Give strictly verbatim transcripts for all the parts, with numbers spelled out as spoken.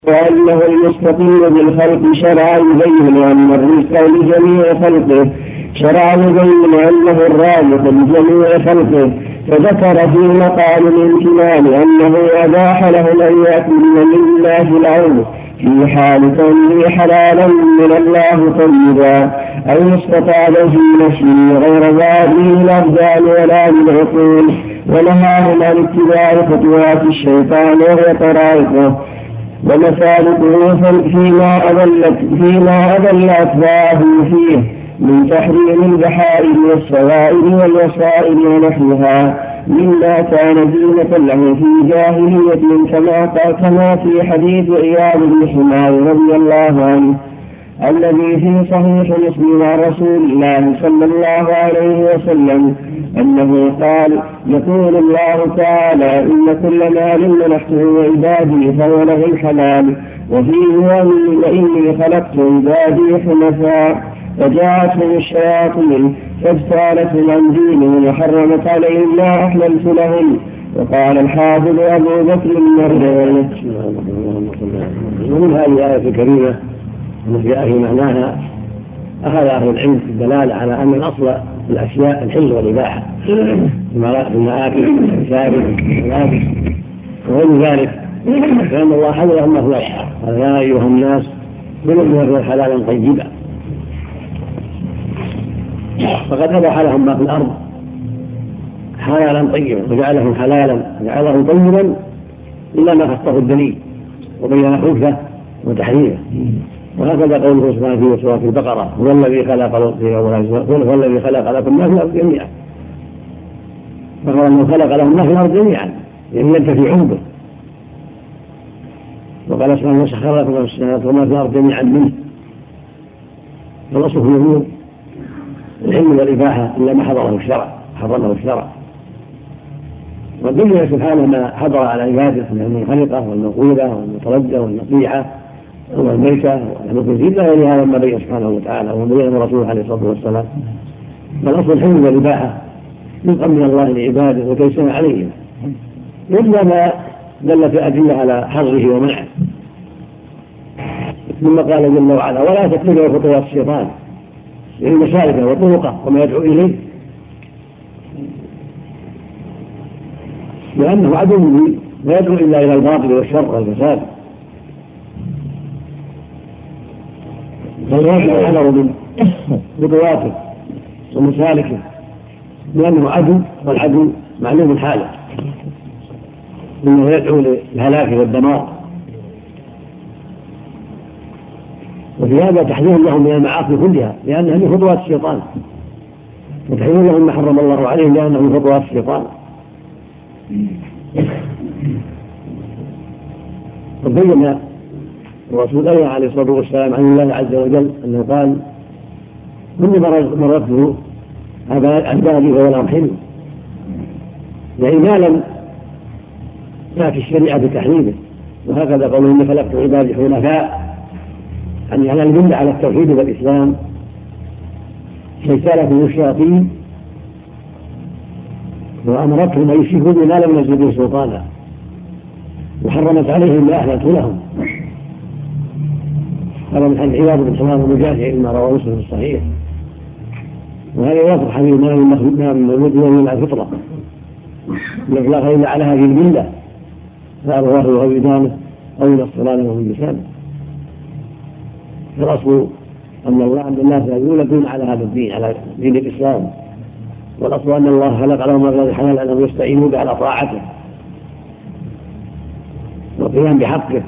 وأنه المستقيم بالخلق شرع يبين أن الرزق لجميع خلقه شرع يبين أنه الرازق لجميع خلقه. فذكر في مقام الامتنان أنه أباح له أن يأكل لله العون في حال كونه حلالا من الله طيبا أو استطاع في نفسه غير ذاته الأبدان ولا بالعقول، ونهاهم عن اتباع خطوات الشيطان وهي طرائقه ومسالكه فيما أضلت فيما أضل أتباعه فيه من تحريم البحائر والسوائل والوسائل ونحوها مما كان زينة له في جاهلية، كما كما في حديث إياد بن حمار رضي الله عنه الذي في صحيح مسلم عن رسول الله صلى الله عليه وسلم أنه قال: يقول الله تعالى: إن كل مال منحته عبادي فهو له الحلال، وفيه: وإني خلقت عبادي حنفاء فجاءتهم الشياطين فاجتالتهم عن دينهم وحرمت عليهم ما أحللت لهم. وقال الحافظ أبو بكر المرداوي: ومن هذه الآية الكريمة التي جاء في معناها أخذ أهل العلم في الدلالة على أن الأصل الأشياء الحل والإباحة في المآكل والمشارب والملابس وغير ذلك، لأن الله حل لهم ما هو الحرام. قال: يا أيها الناس كلوا مما هو حلالا طيبا، فقد أباح لهم ما في الأرض حلالا طيبا وجعلهم حلالا وجعله طيبا إلا ما خصه الدليل وبين خبثه وتحريمه. وهكذا قوله سبحانه في سورة البقرة: هو الذي خلق هو الذي خلق لكم ما في الأرض جميعا. فقال أنه خلق لهم ما في الأرض جميعا يعني ينتفعون به. وقال سبحانه: وسخر لكم ما في السماوات وما في الأرض جميعا منه. فالأصل في الأمور العلم والإباحة إلا ما حضره الشرع حرمه الشرع. والدنيا سبحانه ما حضر على عباده من الخلقة والموقوذة والمتردة والنصيحة والميتة والمكنزين إلا غير هذا ما بين سبحانه وتعالى وما بين رسوله عليه الصلاة والسلام. فالأصل الحلم والإباحة رزقا من الله لعباده وتيسيرا عليهم، إلا ما دل في أدلة على حظه ومنعه. ثم قال جل وعلا: ولا تتبعوا خطوات الشيطان يعني مسالكه وطرقه وما يدعو إليه، لأنه عدو لا يدعو إلا إلى الباطل والشر والفساد. فالواجب الحذر من خطواته ومسالكه، لأنه عدو، والعدو معلوم حاله إنه يدعو للهلاك والدمار. وفي هذا تحذير لهم من المعاصي كلها لأنها من خطوات الشيطان، وتحذير لهم ما حرم الله عليهم لأنه من خطوات الشيطان. وبين الرسول عليه الصلاة والسلام عن الله عز وجل أنه قال: كل مرته عبادي فهو لهم حلم، يعني ما لم تأتي الشريعة بتحريمه. وهكذا قوله: إني خلقت عبادي حنفاء، يعني على الملة على التوحيد والإسلام. شيطانهم الشياطين وأمرتهم أن يشركوا بما لم ينزل به سلطانا، وحرمت عليهم ما أحللت لهم. هذا من حديث عياض بن حمار المجاهد مما رواه مسلم في الصحيح. وهذا يوافق حديث ما من مخلوق ما من مولود ومن الفطرة لا خير إلا على هذه الملة، فأبواه يهودانه أو ينصرانه ومن لسانه. فالأصل أن الله عند الناس يقول على هذا الدين، على دين الإسلام. والأصل أن الله خلق لهم هذا الحلال أنهم يستعينوا به على طاعته والقيام بحقه.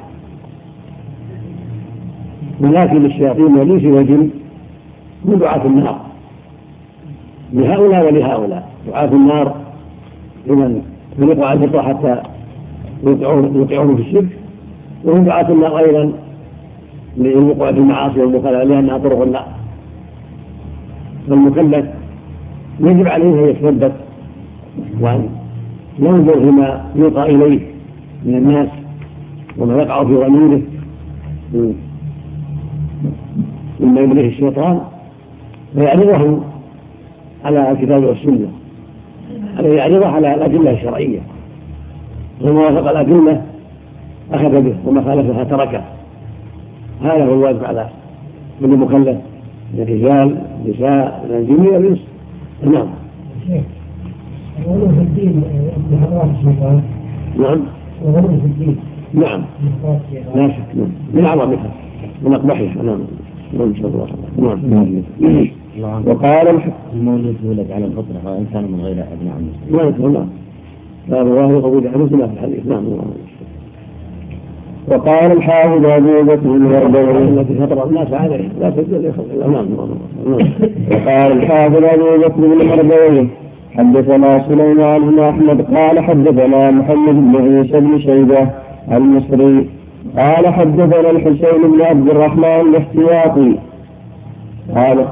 ولكن الشياطين والإنس والجن هم دعاة النار لهؤلاء ولهؤلاء. دعاة النار لمن خلقوا على الفطرة حتى يوقعون في الشرك، وهم دعاة النار أيضا للوقوع في المعاصي والمخالفة لأنها طرق النار. فالمكلف يجب عليه أن يتثبت وأن ينظر فيما يلقى إليه من الناس وما يقع في ضميره مما يمليه الشيطان، فيعرضه على الكتاب والسنة، على يعرضه على الأدلة الشرعية وما وافق الأدلة أخذ به وما خالفها تركه. هذا هو الواجب على كل مكلف من الرجال النساء من الجميع والإنس. نعم. الغلو في الدين بحرام الشيطان. نعم. الغلو في الدين. نعم. لا شك. من أعظمها من أقبحها. نعم. نعم. شاء الله. نعم. وقال المولود يولد على الفطرة وإن كان من غير أبناء المسلمين. لا يكون. نعم. هذا ظاهر قبول حديث ما في الحديث. نعم. وقال الحافظ أبو بكر المردوي التي فطر الناس عليه لا تجوز إلا. نعم. وقال الحافظ أبو بكر المردوي حدثنا سليمان بن أحمد قال حدثنا محمد بن عيسى بن شيبة المصري قال حدثنا الحسين بن عبد الرحمن الاحتياطي قال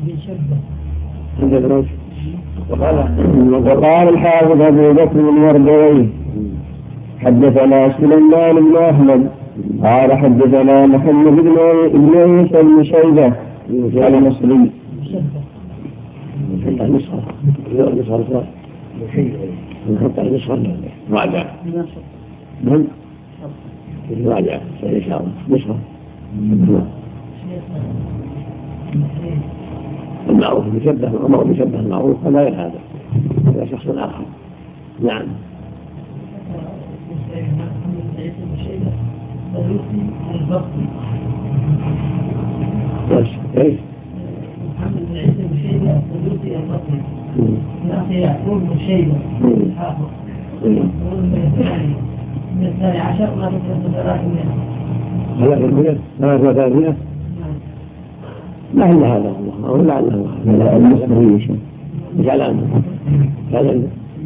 وقال الحافظ أبو بكر المردوي حدثنا سليمان بن أحمد قال حدثنا محمد بن عيسى بن شيبة المصري نصر نصر نصر نحط على نصر راجع من راجع إن شاء الله نصر المعروف مشبه الأمر مشبه المعروف فلا غير هذا هذا شخص آخر. نعم. ايش؟ محمد بن عيسى بن شيبة الدوسي البصري من أخي يعقوب بن شيبة الحافظ من الثاني عشر ما تكون ثلاثمائة. ثلاثة وثلاثين ثلاثة وثلاثين لا إلا هذا الله أو لا الله لا المصري شيء جعل عنه هذا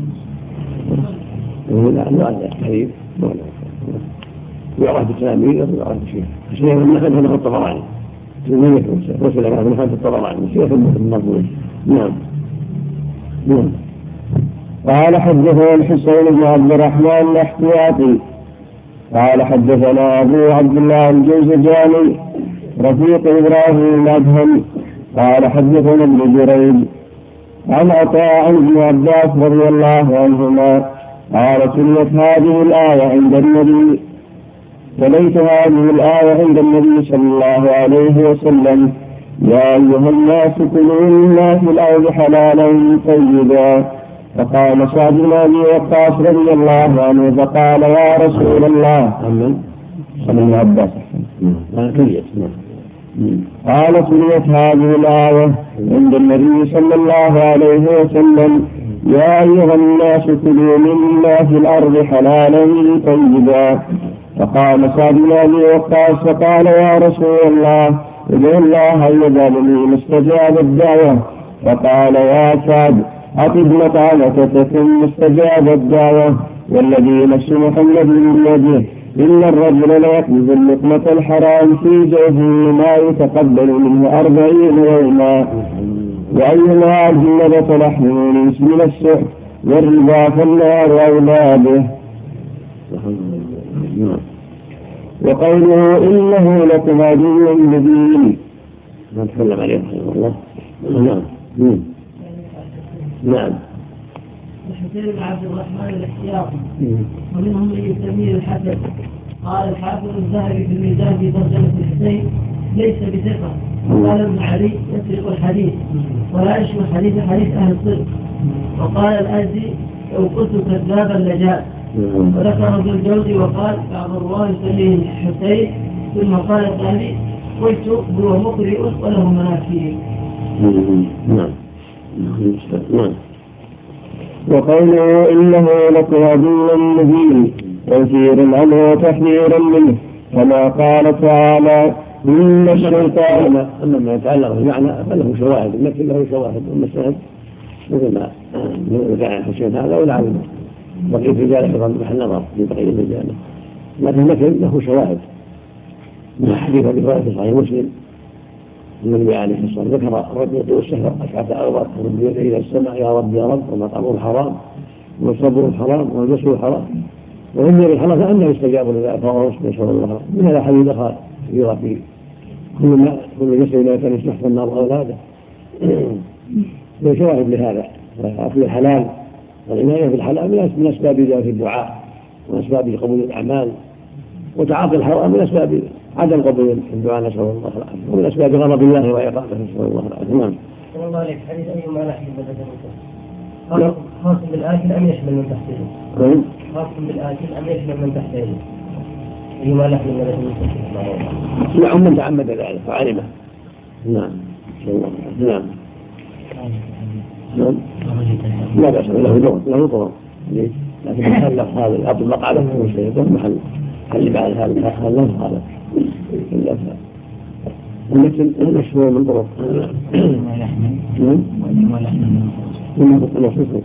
لا لا التحريف ولا ويعرف التلاميذ ويعرف الشيخ الشيخ من أخذ هذا الطبراني تلميذ وصل على من أخذ الطبراني الشيخ المضمون. نعم. نعم. قال حدثنا الحسين بن عبد الرحمن الاحتياطي قال حدثنا أبو عبد الله الجوزجاني رفيق إبراهيم الأدهم قال حدثنا ابن جريج عن عطاء عن ابن عباس رضي الله عنهما قال تليت هذه الآية عند النبي تليت هذه الآية عند النبي صلى الله عليه وسلم يا أيها الناس كلوا مما في الأرض حلالا طيبا فقال سعد بن أبي وقاص رضي الله عنه فقال يا رسول الله صلى الله عليه وسلم قال تليت هذه الآية عند النبي صلى الله عليه وسلم يا أيها الناس كلوا مما في الأرض حلالا طيبا فقال سعد بن أبي وقاص فقال يا رسول الله ادعو الله أن يجعلني مستجاب الدعوة فقال يا سعد أطب مطعمك تكن مستجاب الدعوة والذي نفس محمد بيده إن الرجل ليقبض اللقمة الحرام في جوفه ما يتقبل منه أربعين يوما وأيما عبد نبت لحم من السحت والربا فالنار أولى به. وقوله إنه لكم عدو مبين ما تكلم عليه رحمه الله. نعم. نعم. الحسين بن عبد الرحمن الاحتياطي ومنهم من يسميه الحسن. قال الحافظ الذهبي في الميزان في ترجمة الحسين ليس بثقة. وقال ابن علي يسرق الحديث ولا يشبه حديث حديث أهل الصدق. وقال الآزي لو قلت كذابا لجاء. وذكر ابن الجوزي وقال بعض الرواه يسميه الحسين ثم قال الثاني قلت هو مقرئ وله مناكير. نعم. نعم. وقوله إنه لكم عدو مبين تنفير عنه وتحذير منه كما قال تعالى إن الشيطان. أما ما يتعلق بمعنى فله شواهد لكن له شواهد أما الشاهد مثل ما ذكر الحسين هذا ولا عبد بقية الرجال أيضا محل نظر في بقية الرجال لكن مثل له شواهد من حديث أبي هريرة في صحيح مسلم النبي عليه الصلاة والسلام ذكر الرجل يطيع السحر أشعث أغبر ومد يديه إلى السماء يا رب يا رب ومطعمه حرام ومشربه حرام وملبسه حرام وإن بالحرام فأنه يستجاب لذلك فهو نسأل الله من هذا حديث دخل يرى في كل ما كل جسد لا كان يستحق النار أولاده وشواهد لهذا أكل الحلال والعناية بالحلال من أسباب ذلك الدعاء وأسباب قبول الأعمال وتعاطي الحرام من أسباب عدم قبول الدعاء، نسأل الله العافية، ومن أسباب غضب الله وعقابه، نسأل الله العافية. نعم. صلى الله عليك حديث أيما نحن بدأ خاص خاص بالآكل أم يشمل من تحته؟ خاص بالآكل أم يشمل من تحته؟ أيما نحن بدأ نعم من تعمد ذلك فعلمه. نعم. نعم. نعم. لا بأس له دور له طرق، لكن محل هذا أطلق على كل شيء يكون محل خلي بعد هذا هذا هذا الأفعال مثل المشروع من طرق ما يحمل وما يحمل ثم نصفه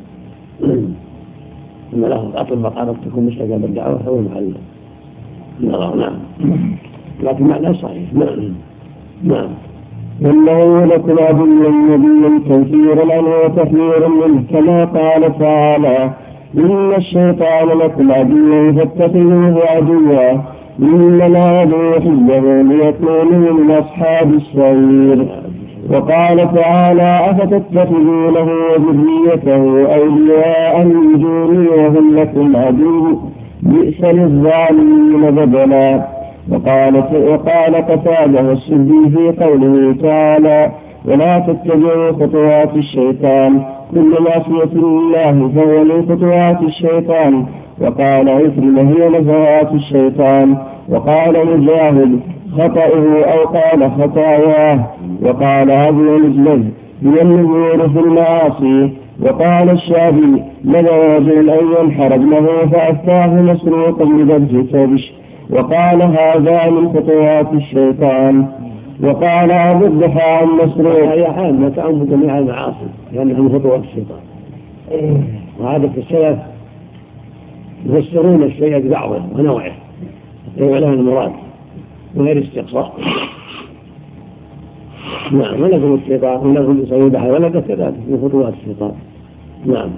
ثم له أطلق مقامك تكون مستجاب الدعوة هو محل نظر. نعم. لكن معناه صحيح. نعم. نعم. إنه لكم عدو مبين تنفير عنه وتحذير منه، كما قال تعالى: إن الشيطان لكم عدو فاتخذوه عدوا، إنما يدعو حزبه ليكونوا من أصحاب السعير. وقال تعالى: أفتتخذونه وذريته أولياء من دوني وهم لكم عدو، بئس للظالمين بدلا. وقال وقال قتادة والسدي في قوله تعالى: ولا تتبعوا خطوات الشيطان، كل معصية لله فهو من خطوات الشيطان. وقال عكرمة: هي نزغات الشيطان. وقال مجاهد: خطأه أو قال خطاياه. وقال أبو مجلد: هي النذور في المعاصي. وقال الشافعي: نذر رجل أن ينحر ابنه فأفتاه مسروقا بذبح كبش، وقال هذا من خطوات الشيطان. وقال أبو الضحى عن مسروق: هي عامة تعم جميع المعاصي لأنها من خطوات الشيطان. وهذا في السلف يفسرون الشيء ببعضه ونوعه حتى له المراد وغير استقصاء. نعم. ولكم الشيطان ولكم بصيد بحر ولكم كذلك من خطوات الشيطان. نعم.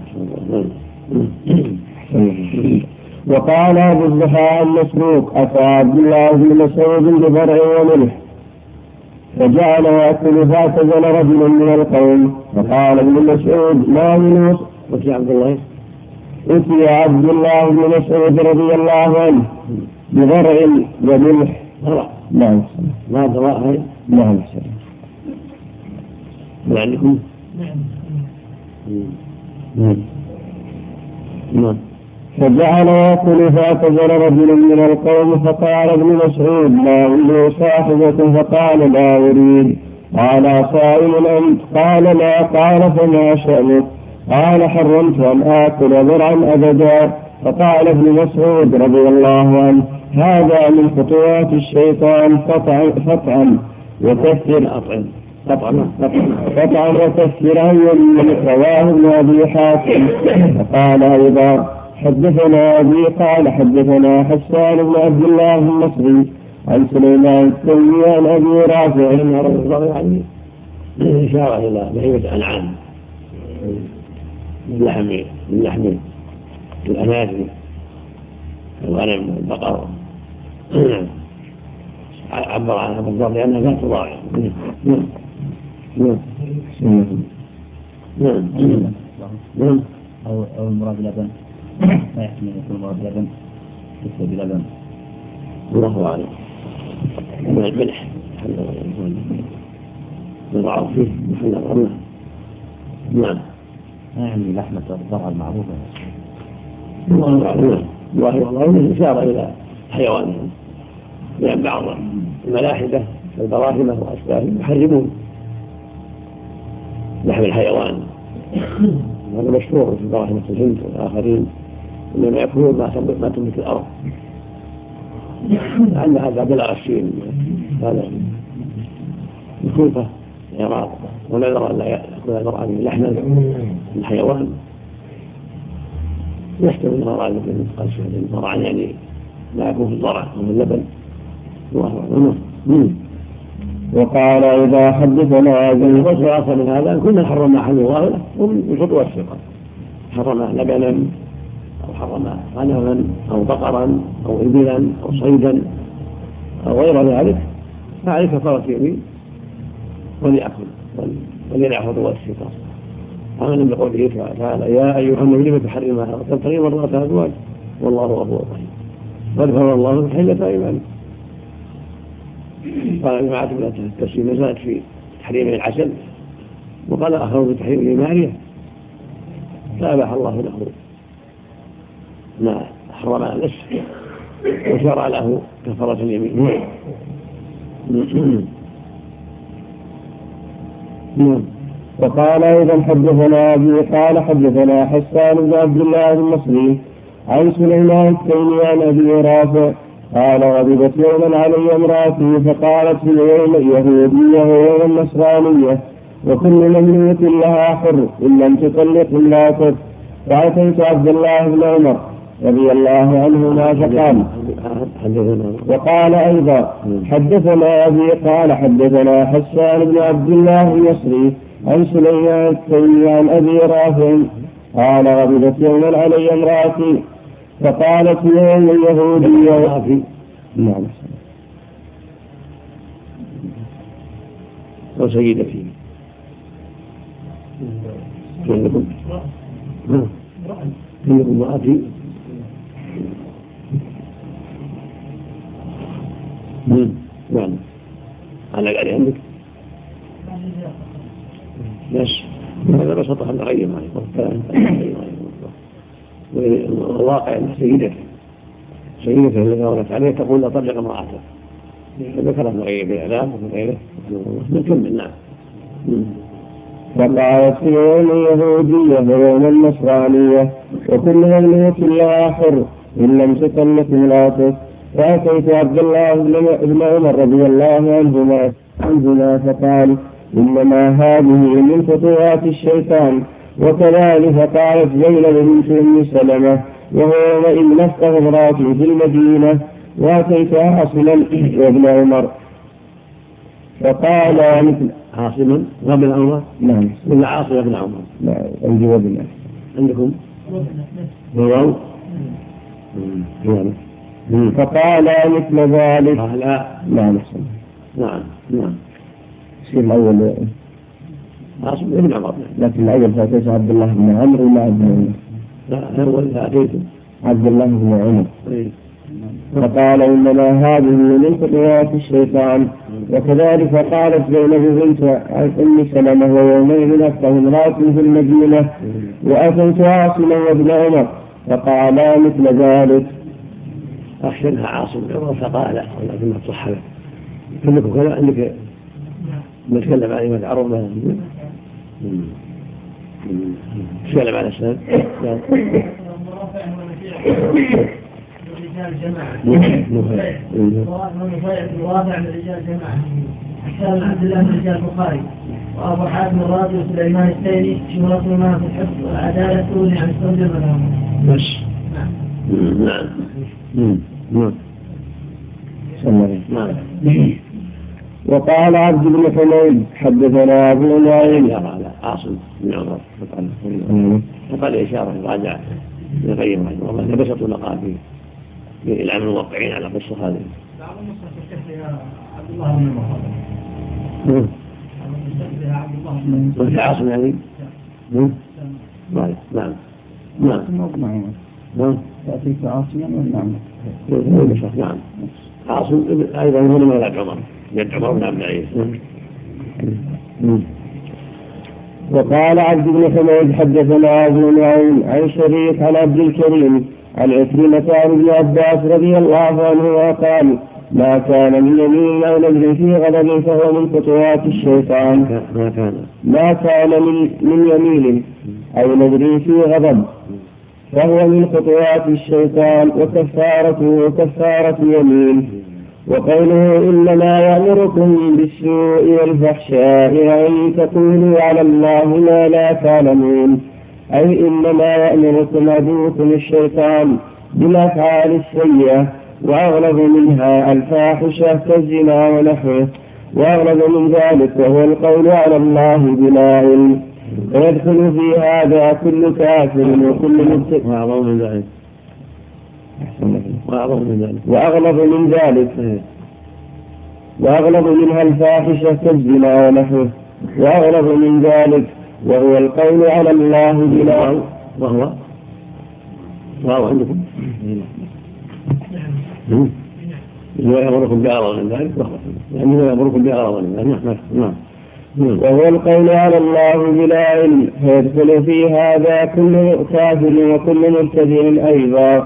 وقال أبو الضحى عن مسروق: أتى عبد الله بن مسعود بضرع وملح فجعل يأكل، فاعتزل رجل من القوم فقال ابن مسعود: ما من وفي عبد الله أتي عبد الله بن مسعود رضي الله عنه بضرع وملح. نعم. ما ضراء هاي. نعم. عندكم؟ نعم. نعم. فجعل يأكل، فاعتزل رجل من القوم فقال ابن مسعود: ما أريد صاحبكم؟ فقال: لا أريد. قال: صائم أنت؟ قال: لا. قال: فما شأنك؟ قال: حرمت أن آكل ذرعا أبدا. فقال ابن مسعود رضي الله عنه: هذا من خطوات الشيطان، فطعا وكثر أطعم قطعا قطعا وكثر عن يمينك. رواه ابن أبي حاتم. فقال أيضا: حدثنا أبي قال حدثنا حسان بن عبد الله المصري عن سليمان التيمي عن أبي رافع رضي الله عنه إشارة إلى بهيمة أنعام من لحم من لحم الأناثم الغنم والبقر، عبر عنها بالضبط لأنها ذات ضارع. نعم. نعم. نعم. أو أو المراد لبن لا يحتمل يكون المراد لبن يكتب بلبن. الله أعلم. من الملح نضعه فيه محل الرمة. نعم. يعني لحمة الضرع المعروفة. الله أعلم. الله والله إشارة إلى حيوانهم، لأن بعض الملاحدة والبراهمة وأشباههم يحرمون لحم الحيوان، هذا مشهور في براهمة الهند والآخرين، إنما يأكلون ما تنبت الأرض. لعل هذا بلغ الشيء هذا بكلفة العراق، ولا نرى أن يأكل المرأة من لحم الحيوان يحتمل المرأة مثل قال شهد المرأة يعني لا يكون في الضرع ومن اللبن. الله أعلم. وقال: إذا حدثنا هذه الخطوة من هذا كنا حرمنا حل الله ومن خطوة الشيطان، حرمنا لبنا أو حرم غنما أو بقرا أو إبلا أو صيدا أو غير ذلك، فعليه كفارة يمين وليأكل وليدع خطوات الشيطان. آمن بقوله تعالى: يا أيها النبي لم تحرم هذا تبتغي مرضات أزواجك والله غفور رحيم. قد فرض الله حلة أيمانكم. قال جماعة من التفسير نزلت في تحريم العسل، وقال آخر في تحريم المارية، فأباح الله له ما حرم على نفسه وشرع له كفارة اليمين. نعم. وقال أيضا حدثنا أبي قال حدثنا حسان بن عبد الله المصري عن سليمان التيمي عن أبي رافع قال غضبت يوما علي امرأتي فقالت في اليوم اليهودية ويوم النصرانية وكل مملوك لها حر إن لم تطلق امرأتك. فأتيت عبد الله بن عمر رضي الله عنهما فقال وقال أيضا حدثنا أبي قال حدثنا حسان بن عبد الله المصري عن سليمان التيمي عن أبي رافع قال غضبت يوما علي امرأتي فقالت يوم اليهودية نعم وسيدتي عندكم عندكم امرأتي نعم على قال عندك بس هذا بسطها نغير معي والواقع أن سيدته سيدته التي ولت عليه تقول لا طلق امرأته فذكرت نغير بالإعلام ومن غيره نكمل. نعم. فقالت في يوم اليهودية ويوم النصرانية وكل مملوك لها حر إن لم تطلق امرأته. فأتيت عبد الله بن عمر رضي الله عنهما عنهما فقال إنما هذه من خطوات الشيطان. وكذلك قالت زينب بنت أم سلمة وهو يومئذ نفقه امرأته في المدينة. وأتيت عاصما وابن عمر فقال مثل عاصما وابن عمر. نعم. ولا عاصم وابن عمر؟ لا عندي وابن. عندكم؟ نعم. نعم. فقال مثل ذلك. لا. نعم. نعم. نعم. يصير الأول عاصم ابن عمر. لكن الأول فأتيت عبد الله بن عمرو ولا عبد الله؟ لا الأول فأتيت عبد الله بن عمر. فقال إنما هذه من خطوات الشيطان. وكذلك قالت زينب بنت أم سلمة ويومئذ نفقه امرأته في المدينة. وأتيت عاصما وابن عمر فقالا مثل ذلك. أخشنها عاصم بن عمر فقال ولكنها تصحبه كلكم كذا عندك نتكلم عن ما تعرض له. تكلم عن السلام. رجال جماعة ورافع من رجال جماعة حسان عبد الله من رجال البخاري وأبو حاتم الرازي وسليمان التيمي شهرتهما في الحفظ والعدالة تغني عن الصدر والهمة. بس. نعم. نعم. نعم. وقال عبد بن حميد حدثنا أبو نعيم على عاصم بن عمر فقال إشارة راجعة ابن القيم رحمه الله لبسط لقاء في العام الموقعين على قصة هذه. بعض النصر تشتهي عبد الله بن عمر. عبد الله بن عمر. عاصم يعني. نعم. نعم. نعم. نعم. تأتيك عاصم نعم. نعم. عاصم أيضا هنا من ولد عمر جد عمر بن عبد العزيز. وقال عبد بن حميد حدثنا أبو نعيم عن شريك عن عبد الكريم عن عكرمة عن ابن عباس رضي الله عنه قال ما كان من يمين أو نذر في غضب فهو من خطوات الشيطان. ما كان ما كان من, من يمين أو نذر في غضب فهو من خطوات الشيطان وكفارته كفارة يمين. وقوله إنما يأمركم بالسوء والفحشاء وأن تقولوا على الله ما لا تعلمون أي إنما يأمركم عدوكم الشيطان بالأفعال السيئة وأغلب منها الفاحشة كالزنا ونحوه وأغلب من ذلك وهو القول على الله بلا علم. ويدخل في هذا كل كافر وكل مبتدع وأعظم من ذلك وأعظم من ذلك وأغلب من ذلك وأغلب منها الفاحشة كالزنا ونحوه وأغلب من ذلك وهو القول على الله بلا وهو وهو عندكم لا يأمركم بأغراض من ذلك يعني لا يأمركم بأغراض من ذلك. نعم. وهو القول على الله بلا علم، فيدخل في هذا كل كافر وكل مبتدع أيضا.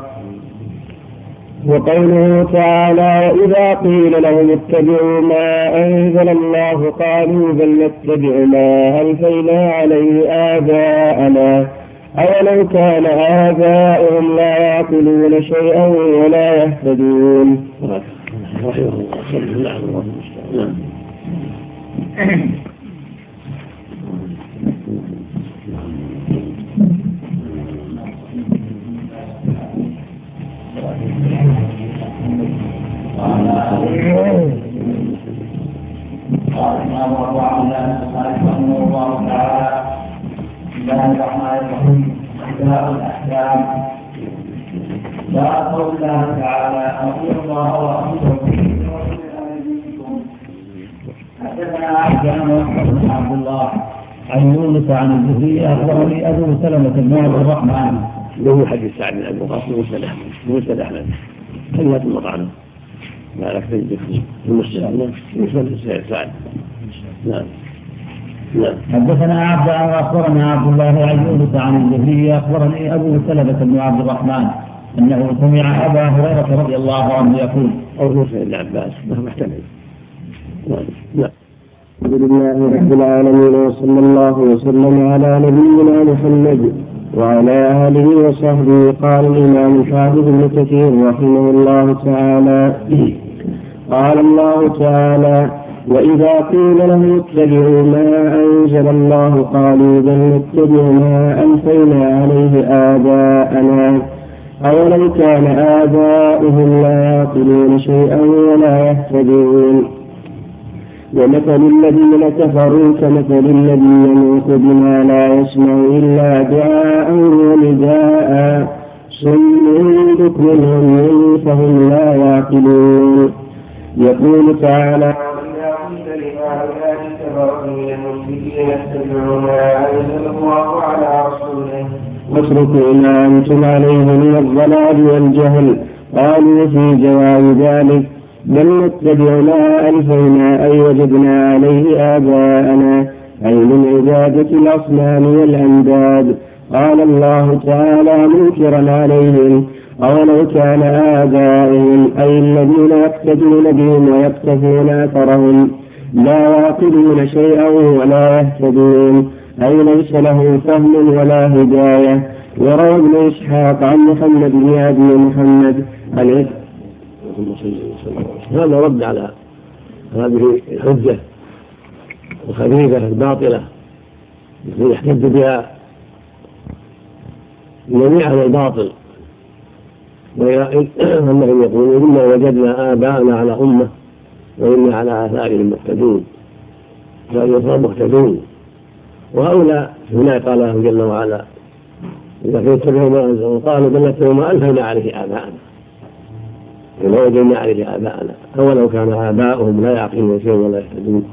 وقوله تعالى: وإذا قيل لهم اتبعوا ما أنزل الله قالوا بل نتبع ما ألفينا عليه آباءنا أولو كان آباؤهم لا يعقلون شيئا ولا يهتدون. قال الإمام أبو عبد الله رحمه الله تعالى: بسم الله الرحمن الرحيم. كتاب الأحكام. باب قول الله تعالى: أطيعوا الله ورسوله. حدثنا عبد الله عن يونس عن الزهري أخبرني أبو سلمة بن عبد الرحمن له حديث سعد بن أبي وقاص بمسند أحمد بمسند أحمد كلمة المطعم لا لك تجد في المسند مسند سعد. نعم. نعم. حدثنا عبد الله أخبرنا عبد الله عن يونس عن الزهري أخبرني أبو سلمة بن عبد الرحمن أنه سمع أبا هريرة رضي الله عنه يقول أو مسند ابن عباس ما محتمل. نعم. الحمد لله رب العالمين، وصلى الله وسلم على نبينا محمد وعلى آله وصحبه. قال الإمام الحافظ ابن كثير رحمه الله تعالى: قال الله تعالى: وإذا قيل لهم اتبعوا ما أنزل الله قالوا بل نتبع ما ألفينا عليه آباءنا أولو كان آباؤهم لا يعقلون شيئا ولا يهتدون. ومثل الذين كفروا كمثل الذي يموت بما لا يسمع إلا دعاء ونداء صم بكم عمي فهم لا يعقلون. يقول تعالى: وإذا قيل لهؤلاء اتبعوا المشركين اتبعوا ما أنزل الله على رسوله واتركوا ما أنتم عليه من الضلال والجهل قالوا في جواب ذلك: بل نتبع ما ألفينا أي وجدنا عليه آباءنا أي من عبادة الأصنام والأنداد. قال الله تعالى منكرا عليهم: أولو كان آباؤهم أي الذين يقتدون بهم ويقتفون أثرهم لا يعقلون شيئا ولا يهتدون أي ليس له فهم ولا هداية. وروى ابن إسحاق عن محمد بن أبي محمد عليه هذا رد على هذه الحجة الخبيثة الباطلة التي يحتج بها جميع على الباطل، وأنهم يقولون: إنا وجدنا آباءنا على أمة وإنا على آثارهم مقتدون، فاليسار مقتدون. وهؤلاء هنا قال الله جل وعلا: إذا فاتبعوا ما أنزل قالوا بل نتبع ما ألفينا عليه آباءنا وما وجدنا عليه آباءنا أولو كان آباؤهم لا يعقلون شيئا ولا يهتدون.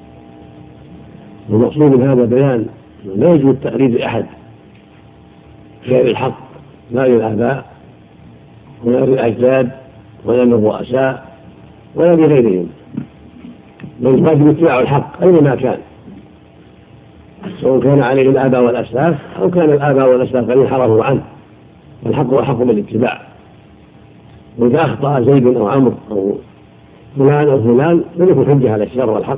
المقصود من هذا بيان لا يجوز التقليد لأحد غير الحق، لا للآباء ولا للأجداد ولا للرؤساء ولا لغيرهم، بل يجب اتباع الحق أينما كان، سواء كان عليه الآباء والأسلاف أو كان الآباء والأسلاف قد انحرفوا عنه، فالحق أحق بالاتباع. وإذا أخطأ زيد أو عمرو أو فلان أو فلان فليكن حجة على الشر والحق.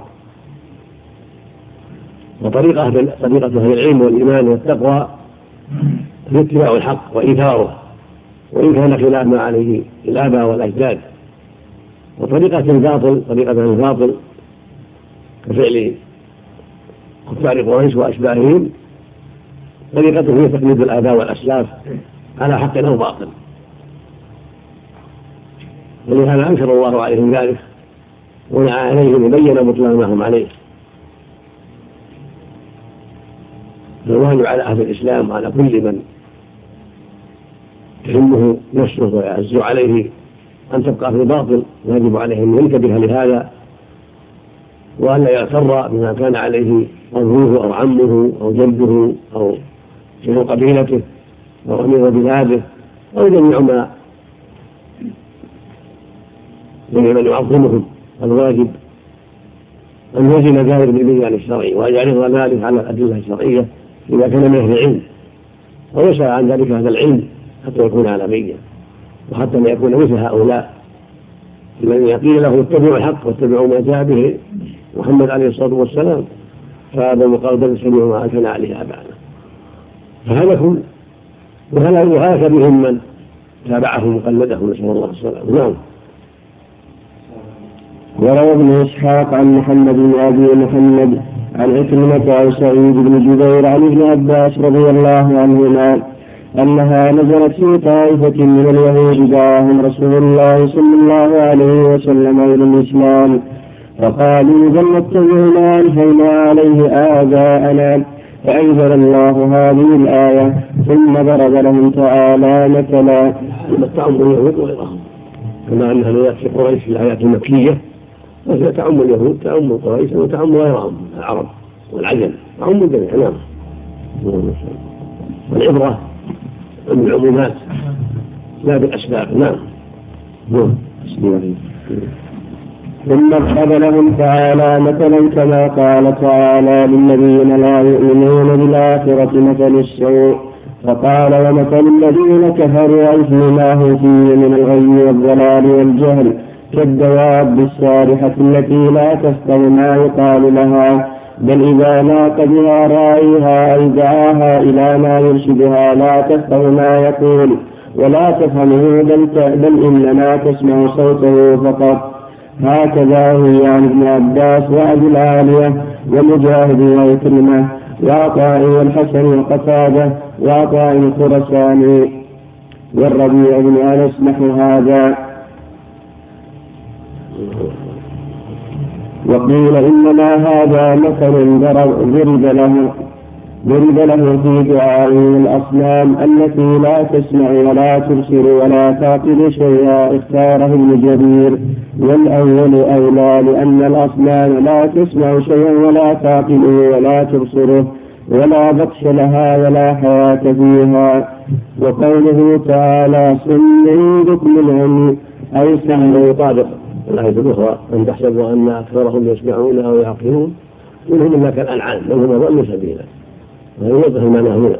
وطريقة طريقة أهل العلم والإيمان والتقوى هي اتباع الحق وإيثاره وإن كان خلاف ما عليه الآباء والأجداد. وطريقة الباطل طريقة الباطل كفعل كفار قريش وأشباههم طريقته هي تقليد الآباء والأسلاف على حق أو باطل، ولهذا أنكر الله عليهم ذلك ونعى عليهم وبين بطلان ما هم عليه. فالواجب على أهل الإسلام وعلى كل من تهمه نفسه ويعز عليه أن تبقى في الباطل واجب عليه أن ينتبه لهذا وأن لا يغتر بما كان عليه أبوه أو عمه أو جده أو شيخ قبيلته أو أمير بلاده أو جميع ما من يعظمهم الواجب أن يزن ذلك بالميزان الشرعي وأن يعرض ذلك على الأدلة الشرعية إذا كان من أهل العلم، ويسأل عن ذلك هذا العلم حتى يكون عالميا وحتى لا يكون مثل هؤلاء الذين قيل له اتبعوا الحق واتبعوا ما جاء به محمد عليه الصلاة والسلام فهذا مقال بل اتبعوا ما ألفنا عليه آباءنا، فهلكوا وهلك بهم من تابعهم وقلدهم نسأل الله السلامة. نعم. وروى ابن إسحاق عن محمد بن أبي محمد عن عكرمة عن سعيد بن جبير عن ابن عباس رضي الله عنهما أنها نزلت في طائفة من اليهود دعاهم رسول الله صلى الله عليه وسلم إلى الإسلام فقالوا بل نتبع ما ألفينا عليه آباءنا، فأنزل الله هذه الآية ثم ضرب لهم تعالى مثلا. تعم اليهود وغيرهم كما أنها نزلت في قريش في الآيات المكية، وهي تعم اليهود تعم قريش وتعم غيرهم العرب والعجم تعم الجميع. نعم. والعبرة من العمومات لا بالأسباب. نعم. ثم ضرب لهم تعالى مثلا كما قال تعالى للذين لا يؤمنون بالآخرة مثل السوء فقال ومثل الذين كفروا مثل ما هم فيه من الغي والضلال والجهل كالدواب السارحة التي لا تفقه ما يقال لها بل إذا لاق بها راعيها أي دعاها إلى ما يرشدها لا تفقه ما يقول ولا تفهمه بل, بل إنما تسمع صوته فقط. هكذا هي عن ابن عباس وأبي العالية ومجاهد وعكرمة وعطاء والحسن وقتادة وعطاء الخرساني والربيع بن أنس نحو هذا. وقيل إنما هذا مثل ضرب له ضرب له في دعائه الأصنام التي لا تسمع ولا تبصر ولا تعقل شيئا اختاره ابن جرير والأول أولى لأن الأصنام لا تسمع شيئا ولا تعقله ولا تبصره ولا بطش لها ولا حياة فيها. وقوله تعالى صم بكم العمي أي سمع يطابق الآية الأخرى أن تحسبوا أن أكثرهم يسمعون أو يعقلون منهم إلا كالأنعام بل هم أضل سبيلا، ويوضح المعنى هنا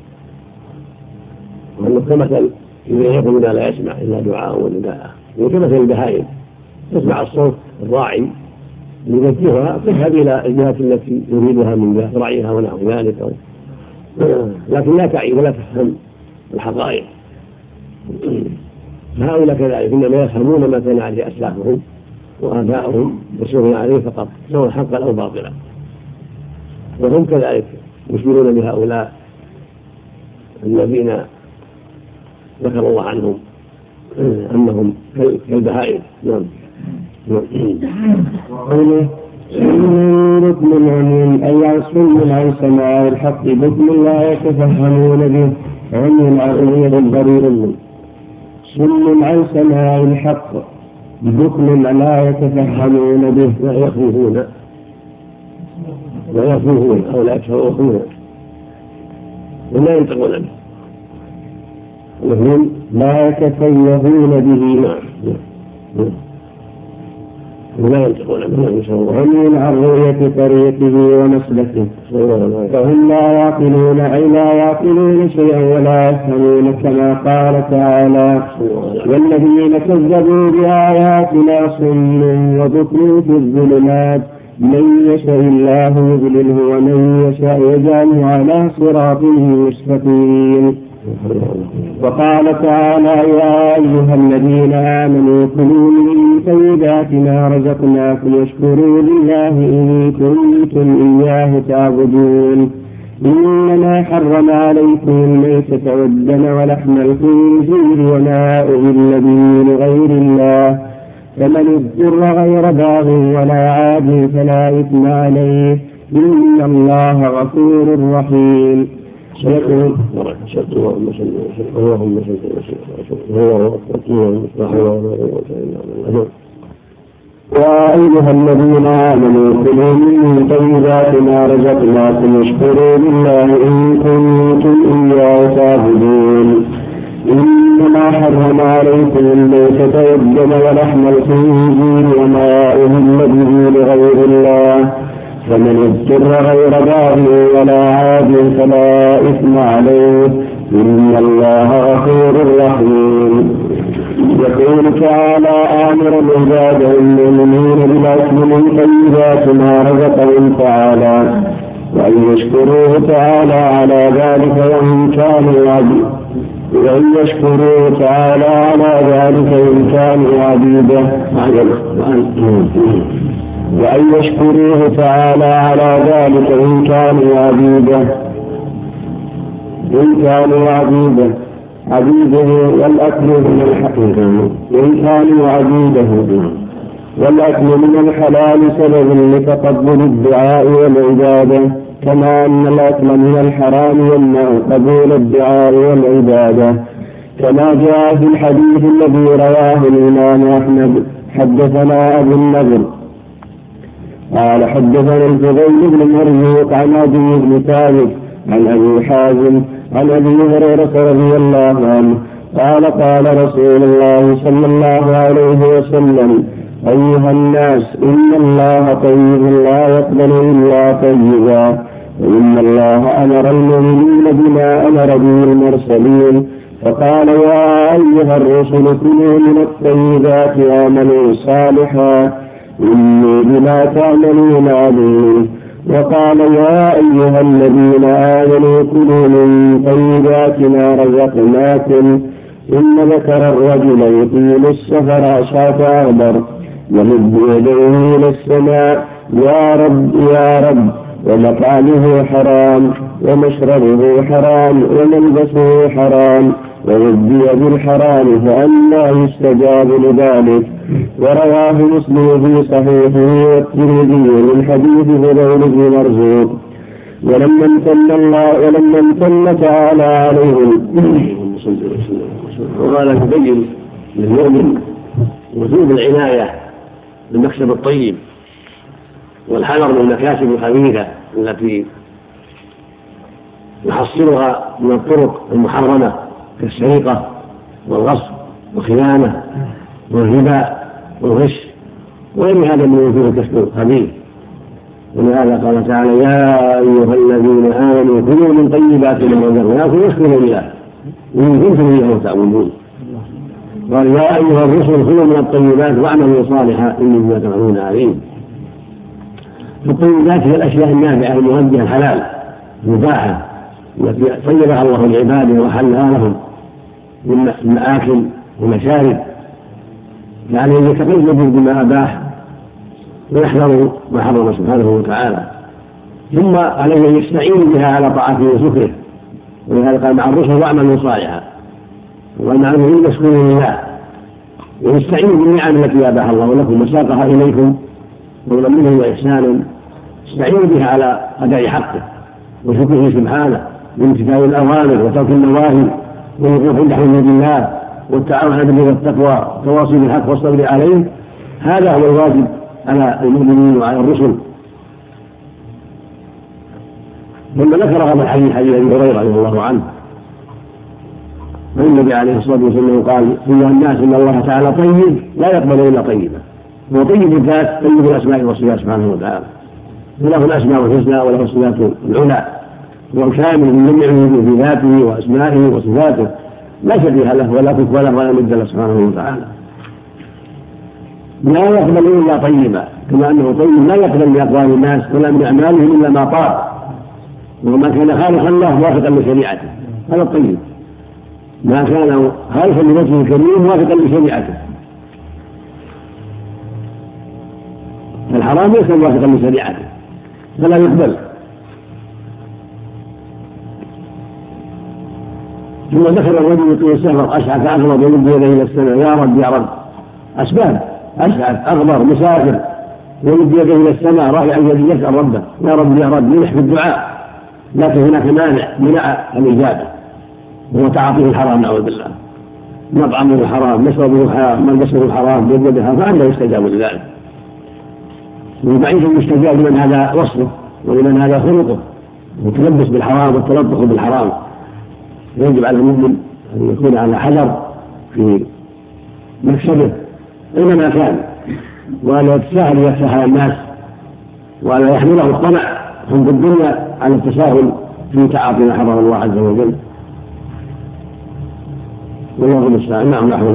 وأنه كمثل إذا يكون لا يسمع إلا دعاء ونداء، وكمثل البهائم تسمع الصوت الراعي يوجهها تذهب إلى الجهة التي يريدها من رعيها ونحو ذلك، لكن لا تعي ولا تفهم الحقائق. هؤلاء كذلك إنما يفهمون ما كان عليه أسلافهم وآباؤهم يسيرون عليه فقط سواء حقا أو باطلا، وهم كذلك يشبهون بهؤلاء الذين ذكر الله عنهم أنهم كالبهائم. نعم. قوله سم بكم عمي أي عصم عن سماع الحق بكم لا يتفهمون به عمي عقلية ضرير سم عن سماع الحق بكم لا يتفهمون به ويخوفون ويخوفون أو لا يتفوقون ولا ينطقون به وهم لا يتفوهون به ولا ينطقون به عمي عن رؤية طريقه ومسلكه فهم لا يعقلون أي لا يعقلون شيئا ولا يفهمون كما قال تعالى والذين كذبوا بآياتنا صم وبكم في الظلمات من يشاء الله يضلله ومن يشاء يجعله على صراط مستقيم. وقال تعالى يا أيها الذين آمنوا كلوا من طيبات ما رزقناكم واشكروا لله إن كنتم إياه تعبدون إنما حرم عليكم الميتة والدم ولحم الخنزير وما أهل به لغير الله فمن اضطر غير باغ ولا عاد فلا إثم عليه إن الله غفور رحيم. يقول اللهم صل وسلم اللهم صل وسلم الله أكبر. يا أيها الذين آمنوا كلوا من طيبات ما رزقناكم واشكروا لله إن كنتم إياه تعبدون إنما حرم عليكم الميتة والدم ولحم الخنزير وما أهل به لغير الله فمن اضطر غير باغ ولا عاد فلا إثم عليه إن الله غفور رحيم. يقول تعالى آمرا عباده المؤمنين بالأكل من طيبات ما رزقهم تعالى وأن يشكروه تعالى على ذلك وإن كانوا عبيده وأن يشكروه تعالى على ذلك إن كانوا عبيده وأن يشكروه تعالى على ذلك إن كانوا عبيده إن كانوا عبيده عبيده والأكل من الحلال إن كانوا عبيده والأكل من الحلال سبب لتقبل الدعاء والعبادة كما أن الأكل من الحرام يمنع قبول الدعاء والعبادة كما جاء في الحديث الذي رواه الإمام أحمد حدثنا أبو النضر قال حدثنا الفضيل بن مرزوق عن أبي بن ثابت عن أبي حازم عن أبي هريرة رضي الله عنه قال قال رسول الله صلى الله عليه وسلم أيها الناس إن الله طيب لا يقبل إلا طيبا وإن الله أمر المؤمنين بما أمر به المرسلين فقال يا أيها الرسل كلوا من الطيبات وعملوا صالحا إني بما تعملون عليم وقال يا أيها الذين آمنوا كلوا من طيبات ما رزقناكم إن ذكر الرجل يطيل السفر أشعث أغبر يمد يديه إلى السماء يا رب يا رب ومطعمه حرام ومشربه حرام وملبسه حرام وغذي بالحرام فأنى يستجاب لذلك. ورواه مسلم في صحيحه والترمذي من حديث هذيل بن مرزوق. ولما امتن الله ولما امتن تعالى عليهم وقال يبين للمؤمن وجوب العناية بالمكسب الطيب والحذر من المكاسب الخبيثة التي يحصلها من الطرق المحرمة كالسرقة والغصب والخيانة والربا والغش وغير هذا من وجوه الكسب الخبيث. ولهذا قال تعالى يا أيها الذين آمنوا كلوا من طيبات ما رزقناكم واشكروا لله إن كنتم إياه تعبدون. قال يا أيها الرسل كلوا من الطيبات واعملوا صالحا إني بما تعملون عليم. الطيبات هي الأشياء النافعة المغذية الحلال المباحة التي طيبها الله لعباده وحلها لهم من مآكل ومشارب، يعني يتقيد بما أباح ويحذر ما حرم سبحانه وتعالى، ثم عليه أن يستعين بها على طاعته وشكره. ولهذا قال مع الرسل واعملوا صالحا ومعنى المشكور لله، ويستعين بالنعم التي أباح الله لكم وساقها إليكم قولا منه وإحسانا، استعينوا بها على أداء حقه وشكره سبحانه بامتثال الأوامر وترك النواهي والوقوف عند حدود الله والتعاون على البر والتقوى والتواصي بالحق والصبر عليه. هذا هو الواجب على المؤمنين وعلى الرسل. ثم ذكر هذا الحديث حديث ابي هريره رضي الله عنه فإن النبي عليه الصلاه والسلام قال ايها الناس ان الله تعالى طيب لا يقبل الا طيبا. هو طيب الذات طيب الاسماء والصفات سبحانه وتعالى، وله الاسماء الحسنى وله الصفات العلى، هو كامل من جميع في ذاته واسمائه وصفاته لا شبيه له ولا كفء له ولا مد له سبحانه وتعالى. لا يقبل الا طيبا، كما انه طيب لا يقبل من اقوال الناس ولا من اعمالهم الا ما طاب وما كان خالقا له موافقا لشريعته. هذا الطيب ما كان خالقا لوجهه الكريم موافقا لشريعته. الحرام ليس موافقا لشريعته فلا يقبل. ثم ذكر الرجل يطيل السفر اشعث اغبر يمد يديه الى السماء يا رب يا رب. اسباب اشعث اغبر مسافر يمد يديه الى السماء رافعا يده يسال ربه يا رب يا رب يلح بالدعاء، لكن هناك مانع منع الاجابه وهو تعاطيه الحرام نعوذ بالله. مطعمه الحرام، مشربه حرام، ملبسه الحرام، يده حرام، فأنه يستجاب لذلك. وبعيد المستجاب لمن هذا وصفه ولمن هذا خلقه، والتلبس بالحرام والتلطخ بالحرام. يجب على المؤمن أن يكون على حذر في مكسبه أينما كان، وأن يتساهل ويفتح على الناس، وأن يحمله الطمع عند الدنيا على التساهل في تعاطي ما حرم الله عز وجل. والله المستعان. نعم نحن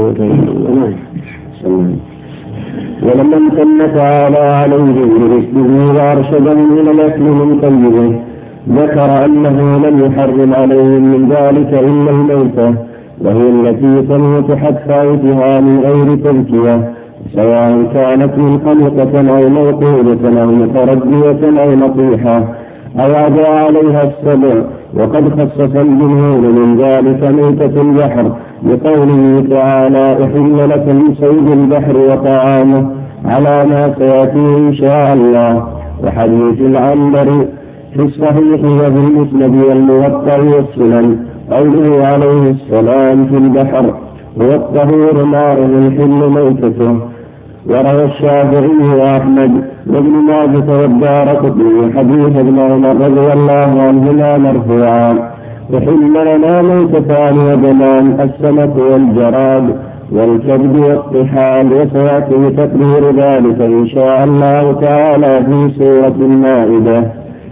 ولما امتن تعالى عليه برشده وارشدهم الى الاكل من طيبه ذكر انه لم يحرم عليهم من ذلك الا الميته، وهي التي تموت حتى يتها من غير تزكيه، سواء كانت منخنقه او موقوده او مترديه او نطيحه او عدا عليها السبع. وقد خصص الجمهور من ذلك ميتة البحر بقوله تعالى أحل لكم صيد البحر وطعامه على ما سيأتي إن شاء الله. وحديث العنبر في الصحيح وفي المسند والموطأ والسنن قوله عليه السلام في البحر هو الطهور ماء الحل ميتته. وروى الشافعي وأحمد وابن ماجه والدارقطني حديث ابن عمر رضي الله عنهما مرفوعا وحل لنا ميتتان ودمان السمك والجراد والكبد والطحال، وسيأتي تقرير ذلك إن شاء الله تعالى في سورة المائدة.